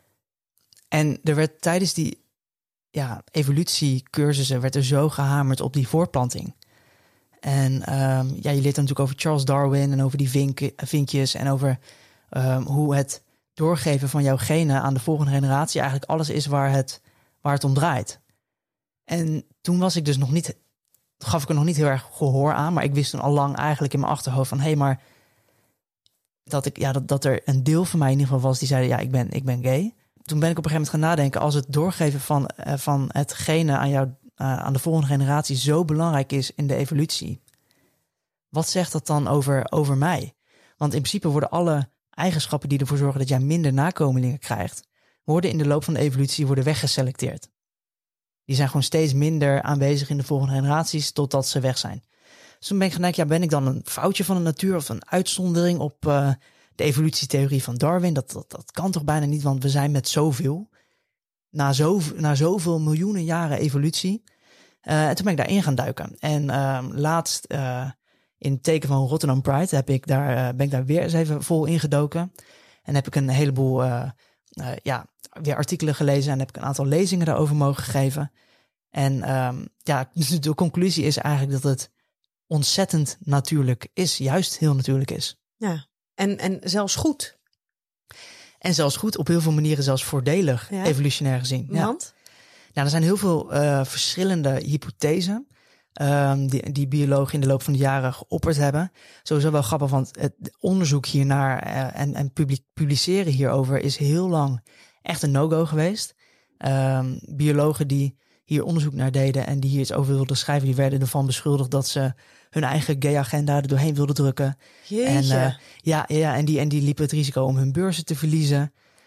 En er werd tijdens die ja, evolutiecursussen werd er zo gehamerd op die voortplanting. En um, ja, je leert natuurlijk over Charles Darwin en over die vink, vinkjes en over um, hoe het doorgeven van jouw genen aan de volgende generatie eigenlijk alles is waar het, waar het om draait. En toen was ik dus nog niet, gaf ik er nog niet heel erg gehoor aan, maar ik wist toen al lang eigenlijk in mijn achterhoofd van hé, hey, maar dat, ik, ja, dat, dat er een deel van mij in ieder geval was die zeiden ja, ik ben, ik ben gay. Toen ben ik op een gegeven moment gaan nadenken, als het doorgeven van, uh, van het genen aan jou Uh, aan de volgende generatie zo belangrijk is in de evolutie. Wat zegt dat dan over, over mij? Want in principe worden alle eigenschappen die ervoor zorgen dat jij minder nakomelingen krijgt, worden in de loop van de evolutie worden weggeselecteerd. Die zijn gewoon steeds minder aanwezig in de volgende generaties totdat ze weg zijn. Dus toen ben ik gaan denken, ja, ben ik dan een foutje van de natuur of een uitzondering op uh, de evolutietheorie van Darwin? Dat, dat, dat kan toch bijna niet, want we zijn met zoveel. Na, zo, na zoveel miljoenen jaren evolutie. Uh, en toen ben ik daarin gaan duiken. En uh, laatst uh, in het teken van Rotterdam Pride heb ik daar, uh, ben ik daar weer eens even vol ingedoken. En heb ik een heleboel uh, uh, ja, weer artikelen gelezen. En heb ik een aantal lezingen daarover mogen geven. En um, ja, dus de conclusie is eigenlijk dat het ontzettend natuurlijk is. Juist heel natuurlijk is. Ja, en, en zelfs goed. En zelfs goed, op heel veel manieren zelfs voordelig, ja. Evolutionair gezien. Ja. Want? Nou, er zijn heel veel uh, verschillende hypothesen um, die, die biologen in de loop van de jaren geopperd hebben. Sowieso wel grappig, want het onderzoek hiernaar uh, en, en publiceren hierover is heel lang echt een no-go geweest. Um, biologen die hier onderzoek naar deden en die hier iets over wilden schrijven, die werden ervan beschuldigd dat ze hun eigen gay agenda er doorheen wilden drukken. Jeetje. En, uh, ja, ja en, die, en die liepen het risico om hun beurzen te verliezen.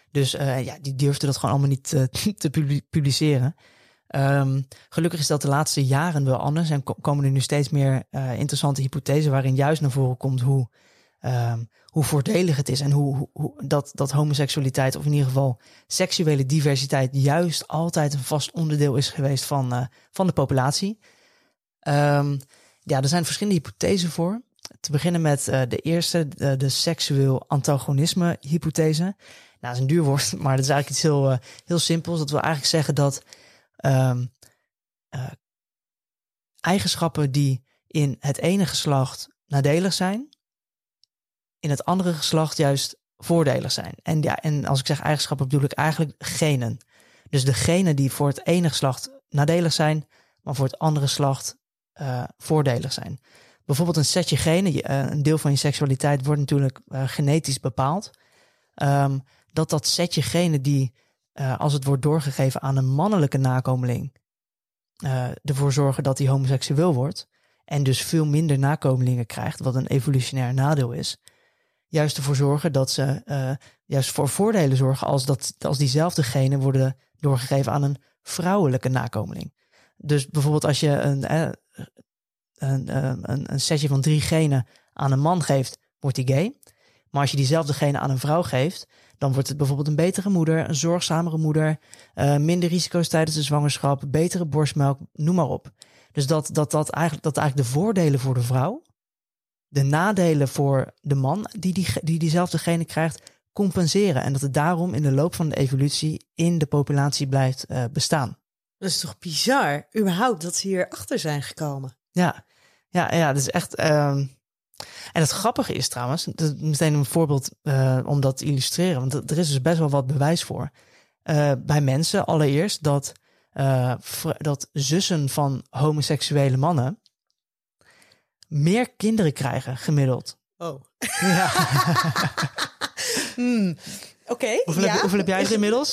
Dus uh, ja, die durfden dat gewoon allemaal niet uh, te publiceren. Um, gelukkig is dat de laatste jaren wel anders en ko- komen er nu steeds meer uh, interessante hypothesen waarin juist naar voren komt hoe, um, hoe voordelig het is en hoe, hoe, hoe dat, dat homoseksualiteit of in ieder geval seksuele diversiteit juist altijd een vast onderdeel is geweest van, uh, van de populatie. Um, ja, er zijn verschillende hypothesen voor. Te beginnen met uh, de eerste, de, de seksueel antagonisme hypothese. Nou, dat is een duur woord, maar dat is eigenlijk iets heel, uh, heel simpels. Dat wil eigenlijk zeggen dat Um, uh, eigenschappen die in het ene geslacht nadelig zijn, in het andere geslacht juist voordelig zijn. En, ja, en als ik zeg eigenschappen bedoel ik eigenlijk genen. Dus de genen die voor het ene geslacht nadelig zijn, maar voor het andere geslacht uh, voordelig zijn. Bijvoorbeeld een setje genen, uh, een deel van je seksualiteit wordt natuurlijk uh, genetisch bepaald. Um, dat dat setje genen die Uh, als het wordt doorgegeven aan een mannelijke nakomeling, uh, ervoor zorgen dat hij homoseksueel wordt en dus veel minder nakomelingen krijgt, wat een evolutionair nadeel is. Juist ervoor zorgen dat ze uh, juist voor voordelen zorgen als, dat, als diezelfde genen worden doorgegeven aan een vrouwelijke nakomeling. Dus bijvoorbeeld als je een, uh, een, uh, een, een setje van drie genen aan een man geeft, wordt hij gay. Maar als je diezelfde genen aan een vrouw geeft, dan wordt het bijvoorbeeld een betere moeder, een zorgzamere moeder, uh, minder risico's tijdens de zwangerschap, betere borstmelk, noem maar op. Dus dat, dat, dat, eigenlijk, dat eigenlijk de voordelen voor de vrouw, de nadelen voor de man die, die, die diezelfde genen krijgt, compenseren. En dat het daarom in de loop van de evolutie in de populatie blijft uh, bestaan. Dat is toch bizar, überhaupt, dat ze hier achter zijn gekomen. Ja, ja, ja, dat is echt... Uh, En het grappige is trouwens, dat is meteen een voorbeeld uh, om dat te illustreren, want er is dus best wel wat bewijs voor. Uh, bij mensen allereerst dat, uh, vr- dat zussen van homoseksuele mannen meer kinderen krijgen gemiddeld. Oh. Ja. hmm. Oké, okay, hoeveel, ja. heb, hoeveel heb jij er inmiddels?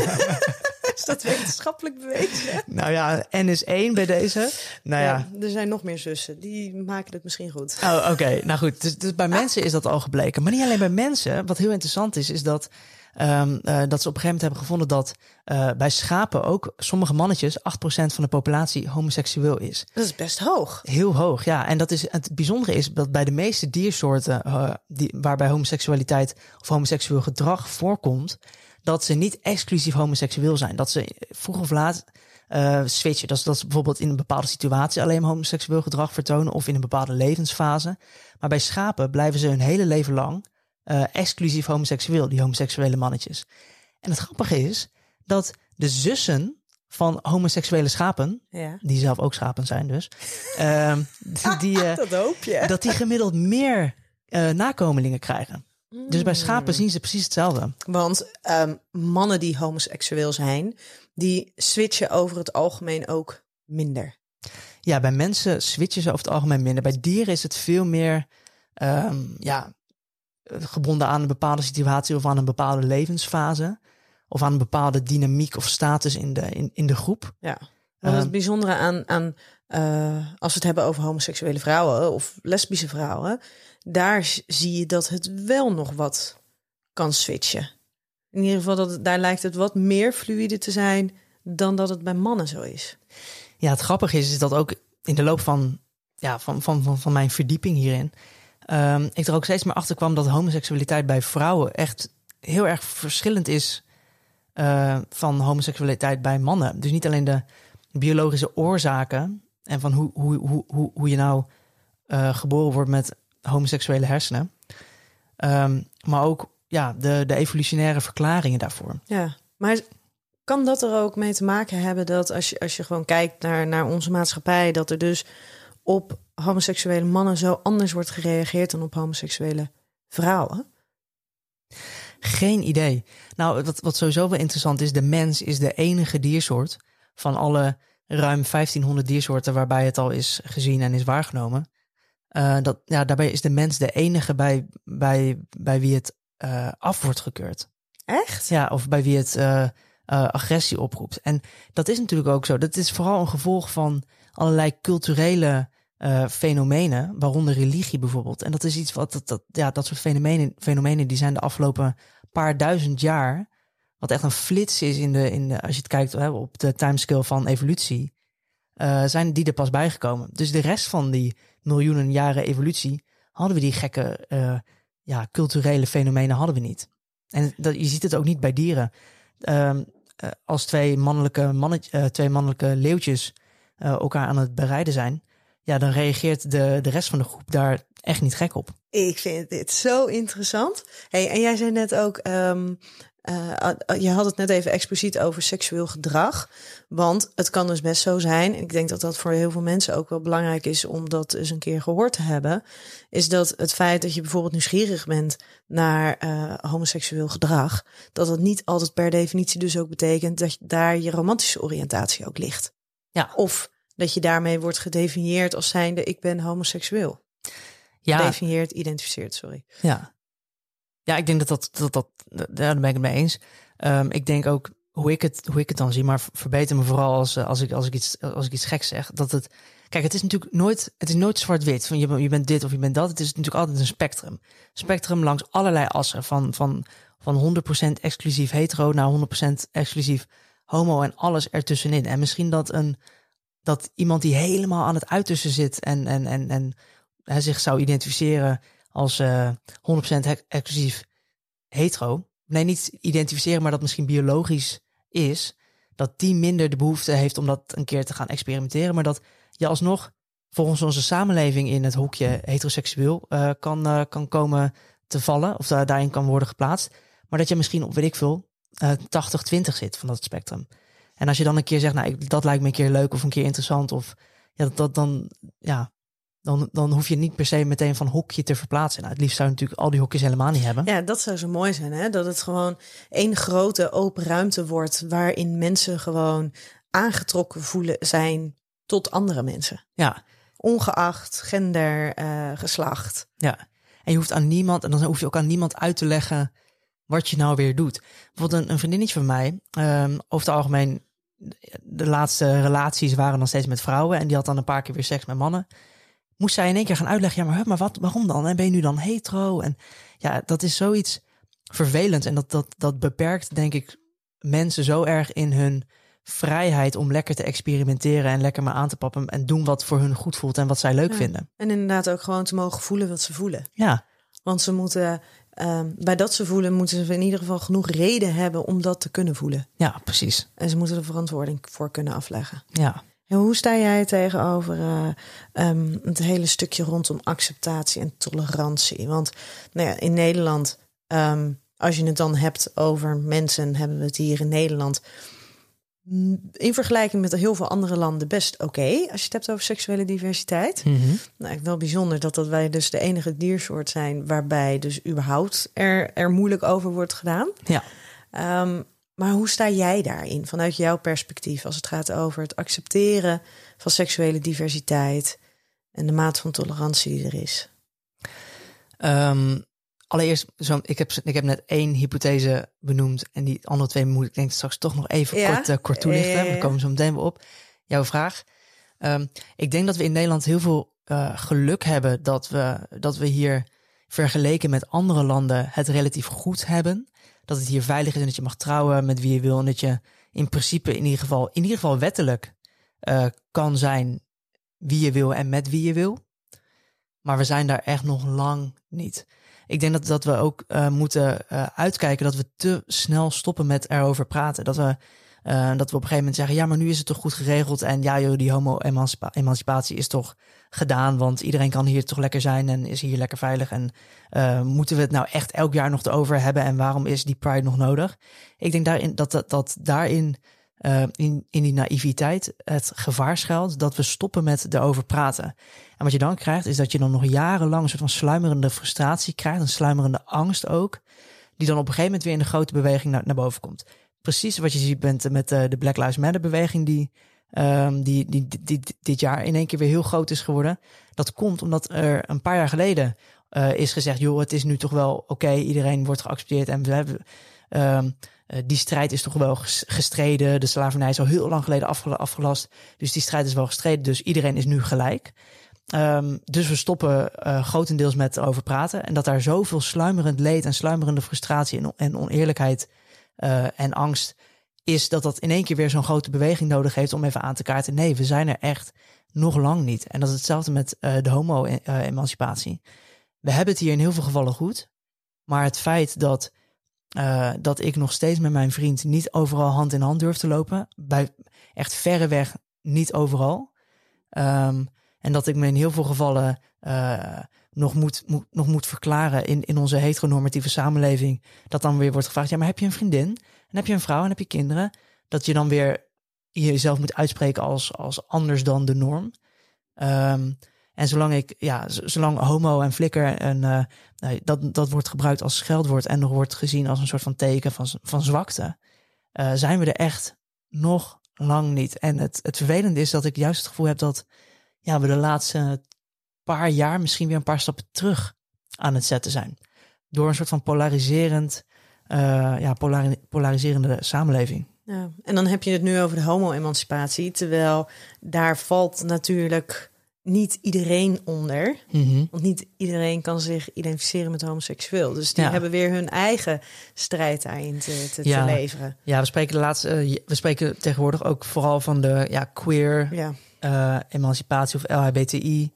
Is dat wetenschappelijk bewezen? Nou ja, N is één bij deze. Nou ja. ja. Er zijn nog meer zussen, die maken het misschien goed. Oh, oké. Okay. Nou goed, dus, dus bij mensen is dat al gebleken. Maar niet alleen bij mensen. Wat heel interessant is, is dat, um, uh, dat ze op een gegeven moment hebben gevonden dat uh, bij schapen ook sommige mannetjes, acht procent van de populatie homoseksueel is. Dat is best hoog. Heel hoog, ja. En dat is, het bijzondere is dat bij de meeste diersoorten uh, die, waarbij homoseksualiteit of homoseksueel gedrag voorkomt, dat ze niet exclusief homoseksueel zijn. Dat ze vroeg of laat uh, switchen. Dat is, dat is bijvoorbeeld in een bepaalde situatie alleen maar homoseksueel gedrag vertonen of in een bepaalde levensfase. Maar bij schapen blijven ze hun hele leven lang uh, exclusief homoseksueel, die homoseksuele mannetjes. En het grappige is dat de zussen van homoseksuele schapen, ja. die zelf ook schapen zijn dus, uh, die, die, uh, dat hoop je. Dat die gemiddeld meer uh, nakomelingen krijgen. Dus bij schapen zien ze precies hetzelfde. Want um, mannen die homoseksueel zijn, die switchen over het algemeen ook minder. Ja, bij mensen switchen ze over het algemeen minder. Bij dieren is het veel meer um, ja, gebonden aan een bepaalde situatie of aan een bepaalde levensfase. Of aan een bepaalde dynamiek of status in de, in, in de groep. Ja, want het bijzondere aan, aan uh, als we het hebben over homoseksuele vrouwen of lesbische vrouwen, daar zie je dat het wel nog wat kan switchen. In ieder geval, dat het, daar lijkt het wat meer fluïde te zijn dan dat het bij mannen zo is. Ja, het grappige is, is dat ook in de loop van, ja, van, van, van, van mijn verdieping hierin, um, ik er ook steeds meer achter kwam dat homoseksualiteit bij vrouwen echt heel erg verschillend is uh, van homoseksualiteit bij mannen. Dus niet alleen de biologische oorzaken en van hoe, hoe, hoe, hoe, hoe je nou uh, geboren wordt met homoseksuele hersenen. Um, maar ook ja, de, de evolutionaire verklaringen daarvoor. Ja, maar kan dat er ook mee te maken hebben dat als je, als je gewoon kijkt naar, naar onze maatschappij, dat er dus op homoseksuele mannen zo anders wordt gereageerd dan op homoseksuele vrouwen? Geen idee. Nou, wat, wat sowieso wel interessant is, de mens is de enige diersoort van alle ruim vijftienhonderd diersoorten waarbij het al is gezien en is waargenomen. Uh, dat, ja, daarbij is de mens de enige bij, bij, bij wie het uh, af wordt gekeurd. Echt? Ja, of bij wie het uh, uh, agressie oproept. En dat is natuurlijk ook zo. Dat is vooral een gevolg van allerlei culturele uh, fenomenen, waaronder religie bijvoorbeeld. En dat is iets wat, dat, dat, ja, dat soort fenomenen, fenomenen die zijn de afgelopen paar duizend jaar wat echt een flits is in de, in de als je het kijkt hè, op de timescale van evolutie, uh, zijn die er pas bijgekomen. Dus de rest van die miljoenen jaren evolutie hadden we die gekke uh, ja, culturele fenomenen hadden we niet. En dat, je ziet het ook niet bij dieren. Uh, uh, als twee mannelijke, mannetje, uh, twee mannelijke leeuwtjes uh, elkaar aan het bereiden zijn, ja, dan reageert de, de rest van de groep daar echt niet gek op. Ik vind dit zo interessant. Hey, en jij zei net ook, um, uh, je had het net even expliciet over seksueel gedrag. Want het kan dus best zo zijn, en ik denk dat dat voor heel veel mensen ook wel belangrijk is om dat eens een keer gehoord te hebben, is dat het feit dat je bijvoorbeeld nieuwsgierig bent naar uh, homoseksueel gedrag, dat dat niet altijd per definitie dus ook betekent dat daar je romantische oriëntatie ook ligt. Ja. Of dat je daarmee wordt gedefinieerd als zijnde ik ben homoseksueel. Ja. Gedefinieerd, identificeerd, sorry. Ja. Ja, ik denk dat dat, dat, dat daar ben ik het mee eens. Um, ik denk ook hoe ik het, hoe ik het dan zie, maar verbeter me vooral als, als ik, als ik iets, als ik iets geks zeg. Dat het, kijk, het is natuurlijk nooit, het is nooit zwart-wit. Van je, je bent dit of je bent dat. Het is natuurlijk altijd een spectrum. Spectrum langs allerlei assen. Van, van, van honderd procent exclusief hetero naar honderd procent exclusief homo en alles ertussenin. En misschien dat een, dat iemand die helemaal aan het uittussen zit en, en, en, en hij zich zou identificeren als uh, honderd procent exclusief hetero. Nee, niet identificeren, maar dat misschien biologisch is. Dat die minder de behoefte heeft om dat een keer te gaan experimenteren. Maar dat je alsnog volgens onze samenleving in het hokje heteroseksueel uh, kan, uh, kan komen te vallen. Of uh, daarin kan worden geplaatst. Maar dat je misschien op, weet ik veel, uh, tachtig twintig zit van dat spectrum. En als je dan een keer zegt, nou, ik, dat lijkt me een keer leuk of een keer interessant. Of ja, dat, dat dan, ja... Dan, dan hoef je niet per se meteen van hokje te verplaatsen. Nou, het liefst zou je natuurlijk al die hokjes helemaal niet hebben. Ja, dat zou zo mooi zijn, hè? Dat het gewoon één grote open ruimte wordt waarin mensen gewoon aangetrokken voelen zijn tot andere mensen. Ja. Ongeacht gender, uh, geslacht. Ja. En je hoeft aan niemand, en dan hoef je ook aan niemand uit te leggen wat je nou weer doet. Bijvoorbeeld een, een vriendinnetje van mij, um, over het algemeen, de laatste relaties waren dan steeds met vrouwen en die had dan een paar keer weer seks met mannen. Moest zij in één keer gaan uitleggen, ja, maar, maar wat, waarom dan? En ben je nu dan hetero? En ja, dat is zoiets vervelends. En dat, dat, dat beperkt, denk ik, mensen zo erg in hun vrijheid om lekker te experimenteren en lekker maar aan te pappen en doen wat voor hun goed voelt en wat zij leuk ja. vinden. En inderdaad ook gewoon te mogen voelen wat ze voelen. Ja. Want ze moeten, um, bij dat ze voelen, moeten ze in ieder geval genoeg reden hebben om dat te kunnen voelen. Ja, precies. En ze moeten er verantwoording voor kunnen afleggen. Ja. En hoe sta jij tegenover uh, um, het hele stukje rondom acceptatie en tolerantie? Want nou ja, in Nederland, um, als je het dan hebt over mensen, hebben we het hier in Nederland in vergelijking met heel veel andere landen best oké. Okay, als je het hebt over seksuele diversiteit. Mm-hmm. Nou, wel bijzonder dat, dat wij dus de enige diersoort zijn waarbij dus überhaupt er, er moeilijk over wordt gedaan. Ja. Um, Maar hoe sta jij daarin, vanuit jouw perspectief, als het gaat over het accepteren van seksuele diversiteit en de mate van tolerantie die er is? Um, allereerst, zo, ik, heb, ik heb net één hypothese benoemd en die andere twee moet ik denk straks toch nog even ja? kort, uh, kort toelichten. Ja, ja, ja. We komen zo meteen weer op. Jouw vraag. Um, ik denk dat we in Nederland heel veel uh, geluk hebben dat we, dat we hier vergeleken met andere landen het relatief goed hebben. Dat het hier veilig is en dat je mag trouwen met wie je wil. En dat je in principe in ieder geval, in ieder geval wettelijk uh, kan zijn wie je wil en met wie je wil. Maar we zijn daar echt nog lang niet. Ik denk dat, dat we ook uh, moeten uh, uitkijken dat we te snel stoppen met erover praten. Dat we, uh, dat we op een gegeven moment zeggen, ja, maar nu is het toch goed geregeld. En ja, joh, die homo-emancipatie is toch gedaan, want iedereen kan hier toch lekker zijn en is hier lekker veilig. En uh, moeten we het nou echt elk jaar nog erover hebben en waarom is die Pride nog nodig? Ik denk daarin dat, dat, dat daarin, uh, in, in die naïviteit, het gevaar schuilt dat we stoppen met erover praten. En wat je dan krijgt, is dat je dan nog jarenlang een soort van sluimerende frustratie krijgt, een sluimerende angst ook, die dan op een gegeven moment weer in de grote beweging naar, naar boven komt. Precies wat je ziet bent met uh, de Black Lives Matter beweging die Um, die, die, die, die dit jaar in één keer weer heel groot is geworden. Dat komt omdat er een paar jaar geleden uh, is gezegd, joh, het is nu toch wel oké, okay, iedereen wordt geaccepteerd en we hebben um, uh, die strijd is toch wel gestreden. De slavernij is al heel lang geleden afge- afgelast, dus die strijd is wel gestreden, dus iedereen is nu gelijk. Um, dus we stoppen uh, grotendeels met erover praten en dat daar zoveel sluimerend leed en sluimerende frustratie en, en oneerlijkheid uh, en angst is dat dat in één keer weer zo'n grote beweging nodig heeft om even aan te kaarten. Nee, we zijn er echt nog lang niet. En dat is hetzelfde met uh, de homo-emancipatie. We hebben het hier in heel veel gevallen goed. Maar het feit dat, uh, dat ik nog steeds met mijn vriend niet overal hand in hand durf te lopen. Bij echt verreweg niet overal. Um, en dat ik me in heel veel gevallen uh, nog, moet, moet, nog moet verklaren in, in onze heteronormatieve samenleving. Dat dan weer wordt gevraagd, ja, maar heb je een vriendin? En heb je een vrouw en heb je kinderen? Dat je dan weer jezelf moet uitspreken als, als anders dan de norm. Um, en zolang ik, ja, zolang homo en flikker en uh, dat, dat wordt gebruikt als scheldwoord en nog wordt gezien als een soort van teken van, van zwakte, uh, zijn we er echt nog lang niet. En het, het vervelende is dat ik juist het gevoel heb dat ja, we de laatste paar jaar misschien weer een paar stappen terug aan het zetten zijn. Door een soort van polariserend, uh, ja, polari- polariserende samenleving. Ja, en dan heb je het nu over de homo-emancipatie, terwijl daar valt natuurlijk niet iedereen onder. Mm-hmm. Want niet iedereen kan zich identificeren met homoseksueel. Dus die ja. hebben weer hun eigen strijd daarin te, te, ja. te leveren. Ja, we spreken de laatste, uh, we spreken tegenwoordig ook vooral van de ja, queer Ja. uh, emancipatie of L H B T I.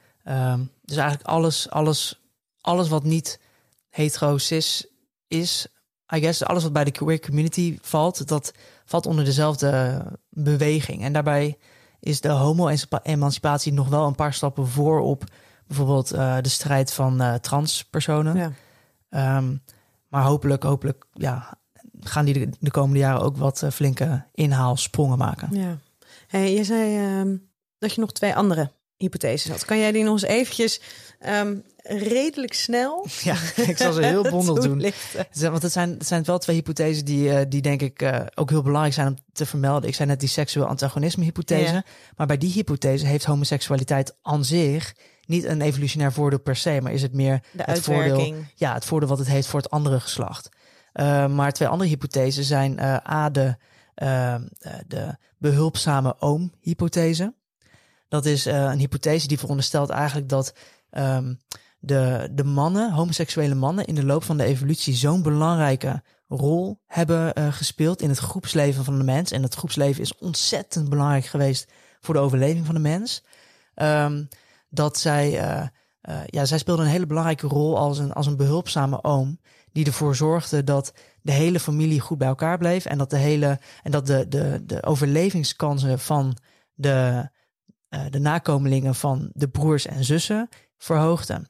Um, dus eigenlijk alles, alles, alles wat niet hetero cis is, I guess, alles wat bij de queer community valt, dat valt onder dezelfde beweging. En daarbij is de homo-emancipatie nog wel een paar stappen voor op bijvoorbeeld uh, de strijd van uh, transpersonen. Ja. Um, maar hopelijk, hopelijk ja, gaan die de, de komende jaren ook wat uh, flinke inhaalsprongen maken. Ja. Hey, je zei uh, dat je nog twee andere hypotheses had. Kan jij die nog eens eventjes um, redelijk snel... Ja, ik zal ze heel bondig doen. Want het zijn, het zijn wel twee hypothesen die, uh, die denk ik uh, ook heel belangrijk zijn om te vermelden. Ik zei net die seksueel antagonisme hypothese. Ja. Maar bij die hypothese heeft homoseksualiteit aan zich niet een evolutionair voordeel per se, maar is het meer de het voordeel, ja, het voordeel wat het heeft voor het andere geslacht. Uh, maar twee andere hypothesen zijn uh, A, de, uh, de behulpzame oom-hypothese. Dat is uh, een hypothese die veronderstelt eigenlijk dat um, de, de mannen, homoseksuele mannen, in de loop van de evolutie zo'n belangrijke rol hebben uh, gespeeld in het groepsleven van de mens. En het groepsleven is ontzettend belangrijk geweest voor de overleving van de mens. Um, dat zij, uh, uh, ja, zij speelden een hele belangrijke rol als een, als een behulpzame oom, die ervoor zorgde dat de hele familie goed bij elkaar bleef en dat de hele en dat de, de, de overlevingskansen van de Uh, de nakomelingen van de broers en zussen verhoogden.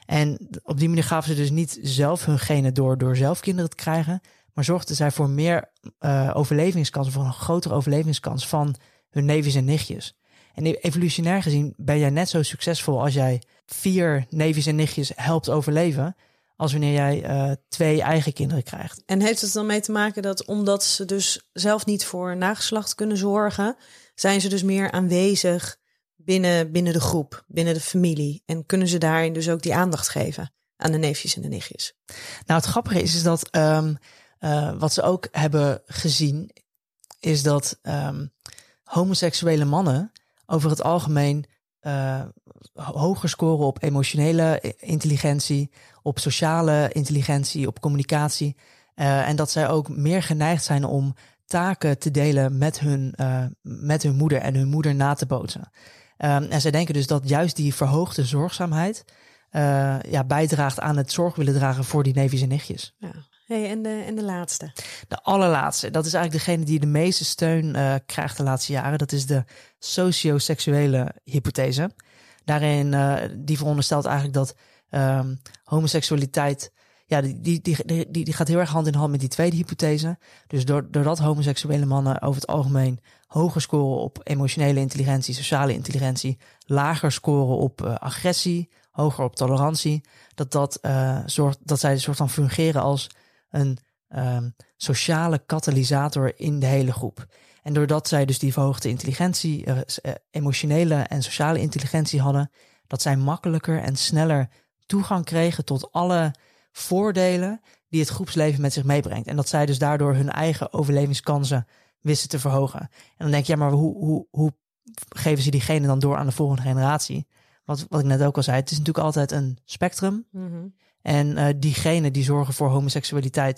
En op die manier gaven ze dus niet zelf hun genen door, door zelf kinderen te krijgen, maar zorgden zij voor meer uh, overlevingskansen, voor een grotere overlevingskans van hun neefjes en nichtjes. En evolutionair gezien ben jij net zo succesvol als jij vier neefjes en nichtjes helpt overleven, als wanneer jij uh, twee eigen kinderen krijgt. En heeft het dan mee te maken dat omdat ze dus zelf niet voor nageslacht kunnen zorgen, zijn ze dus meer aanwezig binnen, binnen de groep, binnen de familie. En kunnen ze daarin dus ook die aandacht geven aan de neefjes en de nichtjes? Nou, het grappige is, is dat um, uh, wat ze ook hebben gezien, is dat um, homoseksuele mannen over het algemeen uh, hoger scoren op emotionele intelligentie, op sociale intelligentie, op communicatie. Uh, en dat zij ook meer geneigd zijn om taken te delen met hun, uh, met hun moeder en hun moeder na te bootsen. Um, en zij denken dus dat juist die verhoogde zorgzaamheid uh, ja, bijdraagt aan het zorg willen dragen voor die neefjes en nichtjes. Ja. Hey, en, de, en de laatste? De allerlaatste, dat is eigenlijk degene die de meeste steun uh, krijgt de laatste jaren. Dat is de socioseksuele hypothese. Daarin, uh, die veronderstelt eigenlijk dat um, homoseksualiteit, ja, die, die, die, die, die gaat heel erg hand in hand met die tweede hypothese. Dus doordat homoseksuele mannen over het algemeen hoger scoren op emotionele intelligentie, sociale intelligentie, lager scoren op uh, agressie, hoger op tolerantie, dat, dat, uh, zorgt, dat zij een soort van fungeren als een um, sociale katalysator in de hele groep. En doordat zij dus die verhoogde intelligentie, uh, emotionele en sociale intelligentie hadden, dat zij makkelijker en sneller toegang kregen tot alle voordelen die het groepsleven met zich meebrengt. En dat zij dus daardoor hun eigen overlevingskansen wisten te verhogen. En dan denk je, ja, maar hoe, hoe, hoe geven ze diegene dan door aan de volgende generatie? Wat, wat ik net ook al zei, het is natuurlijk altijd een spectrum. Mm-hmm. En uh, diegenen die zorgen voor homoseksualiteit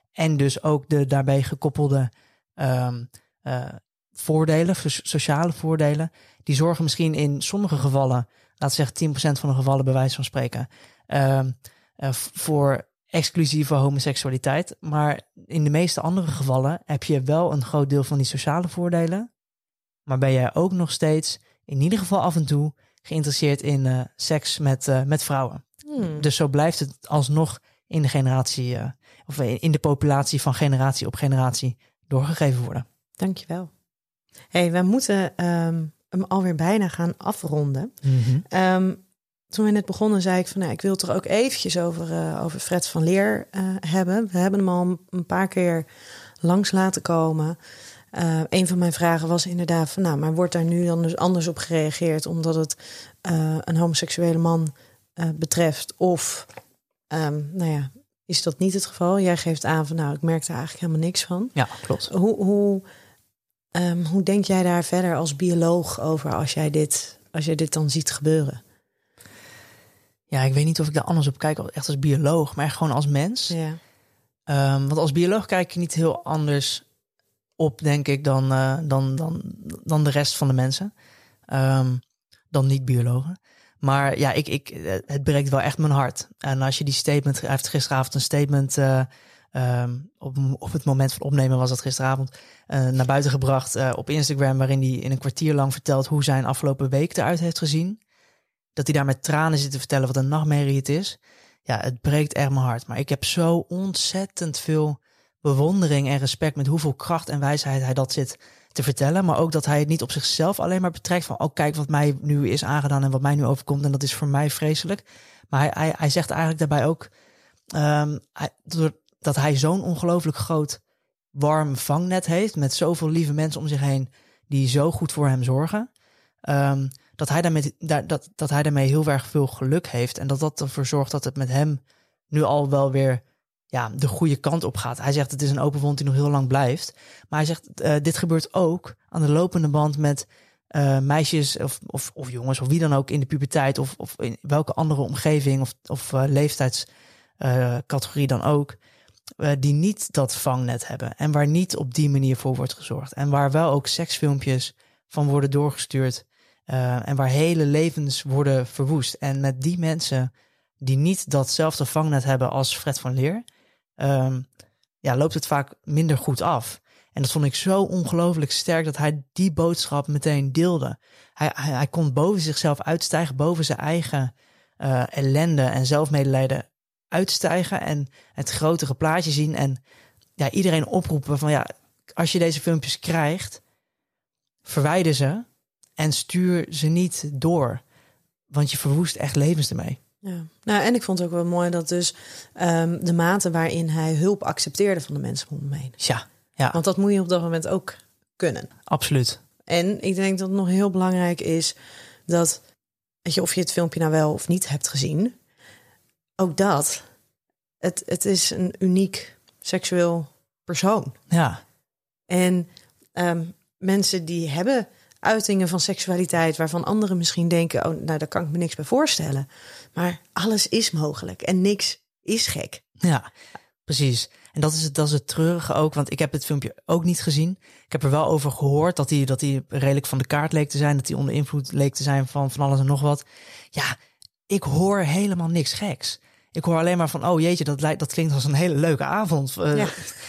en dus ook de daarbij gekoppelde um, uh, voordelen, sociale voordelen, die zorgen misschien in sommige gevallen, laten we zeggen tien procent van de gevallen bij wijze van spreken, uh, uh, voor exclusieve homoseksualiteit. Maar in de meeste andere gevallen heb je wel een groot deel van die sociale voordelen, maar ben jij ook nog steeds in ieder geval af en toe geïnteresseerd in uh, seks met, uh, met vrouwen. Hmm. Dus zo blijft het alsnog in de generatie, uh, of in de populatie van generatie op generatie doorgegeven worden. Dankjewel. Hey, we moeten um, hem alweer bijna gaan afronden. Mm-hmm. Um, toen we net begonnen, zei ik van, nou, ik wil het er ook eventjes over, uh, over Fred van Leer uh, hebben. We hebben hem al een paar keer langs laten komen. Uh, een van mijn vragen was inderdaad van, nou, maar wordt daar nu dan dus anders op gereageerd omdat het uh, een homoseksuele man uh, betreft? Of, um, nou ja, is dat niet het geval? Jij geeft aan van, nou, ik merk daar eigenlijk helemaal niks van. Ja, klopt. Hoe, hoe, um, hoe denk jij daar verder als bioloog over als jij dit, als jij dit dan ziet gebeuren? Ja, ik weet niet of ik daar anders op kijk, echt als bioloog, maar gewoon als mens. Ja. Um, want als bioloog kijk je niet heel anders op, denk ik, dan, uh, dan, dan, dan de rest van de mensen. Um, dan niet-biologen. Maar ja, ik, ik, het breekt wel echt mijn hart. En als je die statement, hij heeft gisteravond een statement, uh, um, op, op het moment van opnemen was dat gisteravond, uh, naar buiten gebracht uh, op Instagram, waarin hij in een kwartier lang vertelt hoe zijn afgelopen week eruit heeft gezien. Dat hij daar met tranen zit te vertellen wat een nachtmerrie het is. Ja, het breekt echt mijn hart. Maar ik heb zo ontzettend veel bewondering en respect met hoeveel kracht en wijsheid hij dat zit te vertellen. Maar ook dat hij het niet op zichzelf alleen maar betrekt van, oh, kijk wat mij nu is aangedaan en wat mij nu overkomt. En dat is voor mij vreselijk. Maar hij, hij, hij zegt eigenlijk daarbij ook um, hij, dat hij zo'n ongelooflijk groot warm vangnet heeft met zoveel lieve mensen om zich heen die zo goed voor hem zorgen. Um, dat, hij daarmee, dat, dat hij daarmee heel erg veel geluk heeft. En dat dat ervoor zorgt dat het met hem nu al wel weer ja, de goede kant op gaat. Hij zegt het is een open wond die nog heel lang blijft. Maar hij zegt uh, dit gebeurt ook aan de lopende band met uh, meisjes of, of, of jongens of wie dan ook in de puberteit of, of in welke andere omgeving of, of uh, leeftijdscategorie uh, dan ook. Uh, die niet dat vangnet hebben en waar niet op die manier voor wordt gezorgd. En waar wel ook seksfilmpjes van worden doorgestuurd uh, en waar hele levens worden verwoest. En met die mensen die niet datzelfde vangnet hebben als Fred van Leer, um, ja, loopt het vaak minder goed af. En dat vond ik zo ongelooflijk sterk dat hij die boodschap meteen deelde. Hij, hij, hij kon boven zichzelf uitstijgen, boven zijn eigen uh, ellende en zelfmedelijden uitstijgen en het grotere plaatje zien en ja, iedereen oproepen van ja, als je deze filmpjes krijgt, verwijder ze en stuur ze niet door, want je verwoest echt levens ermee. Ja, nou, en ik vond het ook wel mooi dat dus um, de mate waarin hij hulp accepteerde van de mensen om hem heen. Ja, ja. Want dat moet je op dat moment ook kunnen. Absoluut. En ik denk dat het nog heel belangrijk is dat, weet je, of je het filmpje nou wel of niet hebt gezien, ook dat, het, het is een uniek seksueel persoon. Ja. En um, mensen die hebben uitingen van seksualiteit waarvan anderen misschien denken, oh, nou, daar kan ik me niks bij voorstellen. Maar alles is mogelijk en niks is gek. Ja, precies. En dat is het, dat is het treurige ook, want ik heb het filmpje ook niet gezien. Ik heb er wel over gehoord dat hij, dat hij redelijk van de kaart leek te zijn, dat hij onder invloed leek te zijn van van alles en nog wat. Ja, ik hoor helemaal niks geks. Ik hoor alleen maar van, oh jeetje, dat, lijkt, dat klinkt als een hele leuke avond. Uh,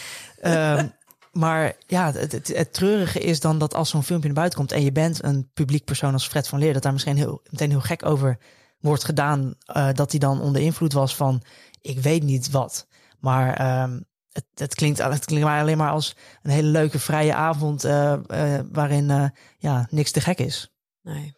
ja. um, maar ja, het, het, het treurige is dan dat als zo'n filmpje naar buiten komt en je bent een publiek persoon als Fred van Leer, dat daar misschien heel, meteen heel gek over wordt gedaan, uh, dat hij dan onder invloed was van, ik weet niet wat. Maar um, het, het, klinkt, het klinkt alleen maar als een hele leuke vrije avond uh, uh, waarin uh, ja, niks te gek is. Nee.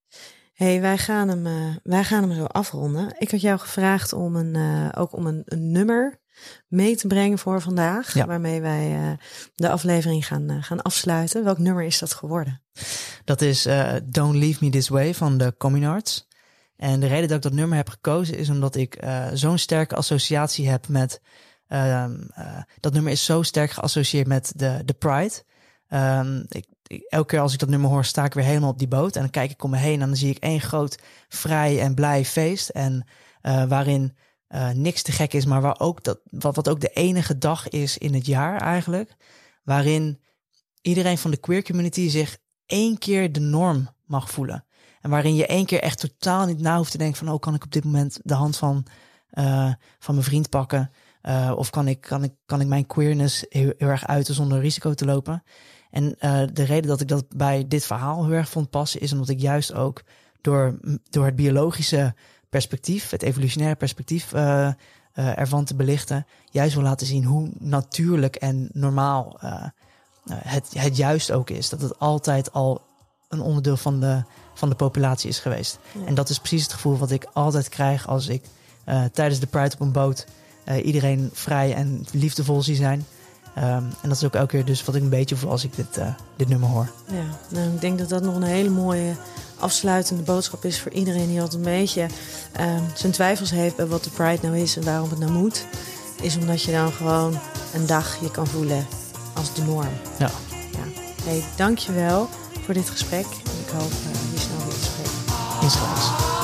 Hey, wij gaan hem, uh, wij gaan hem zo afronden. Ik had jou gevraagd om een, uh, ook om een, een nummer mee te brengen voor vandaag, ja, waarmee wij uh, de aflevering gaan, uh, gaan afsluiten. Welk nummer is dat geworden? Dat is uh, Don't Leave Me This Way van de Communards. En de reden dat ik dat nummer heb gekozen is omdat ik uh, zo'n sterke associatie heb met Uh, uh, dat nummer is zo sterk geassocieerd met de, de Pride. Um, ik, ik, elke keer als ik dat nummer hoor, sta ik weer helemaal op die boot. En dan kijk ik om me heen en dan zie ik één groot vrij en blij feest. En uh, waarin uh, niks te gek is, maar waar ook dat, wat, wat ook de enige dag is in het jaar eigenlijk, waarin iedereen van de queer community zich één keer de norm mag voelen. En waarin je één keer echt totaal niet na hoeft te denken van, oh, kan ik op dit moment de hand van, uh, van mijn vriend pakken? Uh, of kan ik, kan, ik, kan ik mijn queerness heel, heel erg uiten zonder risico te lopen? En uh, de reden dat ik dat bij dit verhaal heel erg vond passen, is omdat ik juist ook door, door het biologische perspectief, het evolutionaire perspectief uh, uh, ervan te belichten, juist wil laten zien hoe natuurlijk en normaal uh, uh, het, het juist ook is. Dat het altijd al een onderdeel van de, van de populatie is geweest. Ja. En dat is precies het gevoel wat ik altijd krijg als ik uh, tijdens de Pride op een boot uh, iedereen vrij en liefdevol zie zijn. Um, en dat is ook elke keer dus wat ik een beetje voel als ik dit, uh, dit nummer hoor. Ja, nou, ik denk dat dat nog een hele mooie afsluitende boodschap is voor iedereen die altijd een beetje uh, zijn twijfels heeft bij wat de Pride nou is en waarom het nou moet. Is omdat je dan gewoon een dag je kan voelen als de norm. Ja. Ja. Hey, dank je wel voor dit gesprek. En ik hoop uh, je snel weer te spreken. Insgelijks.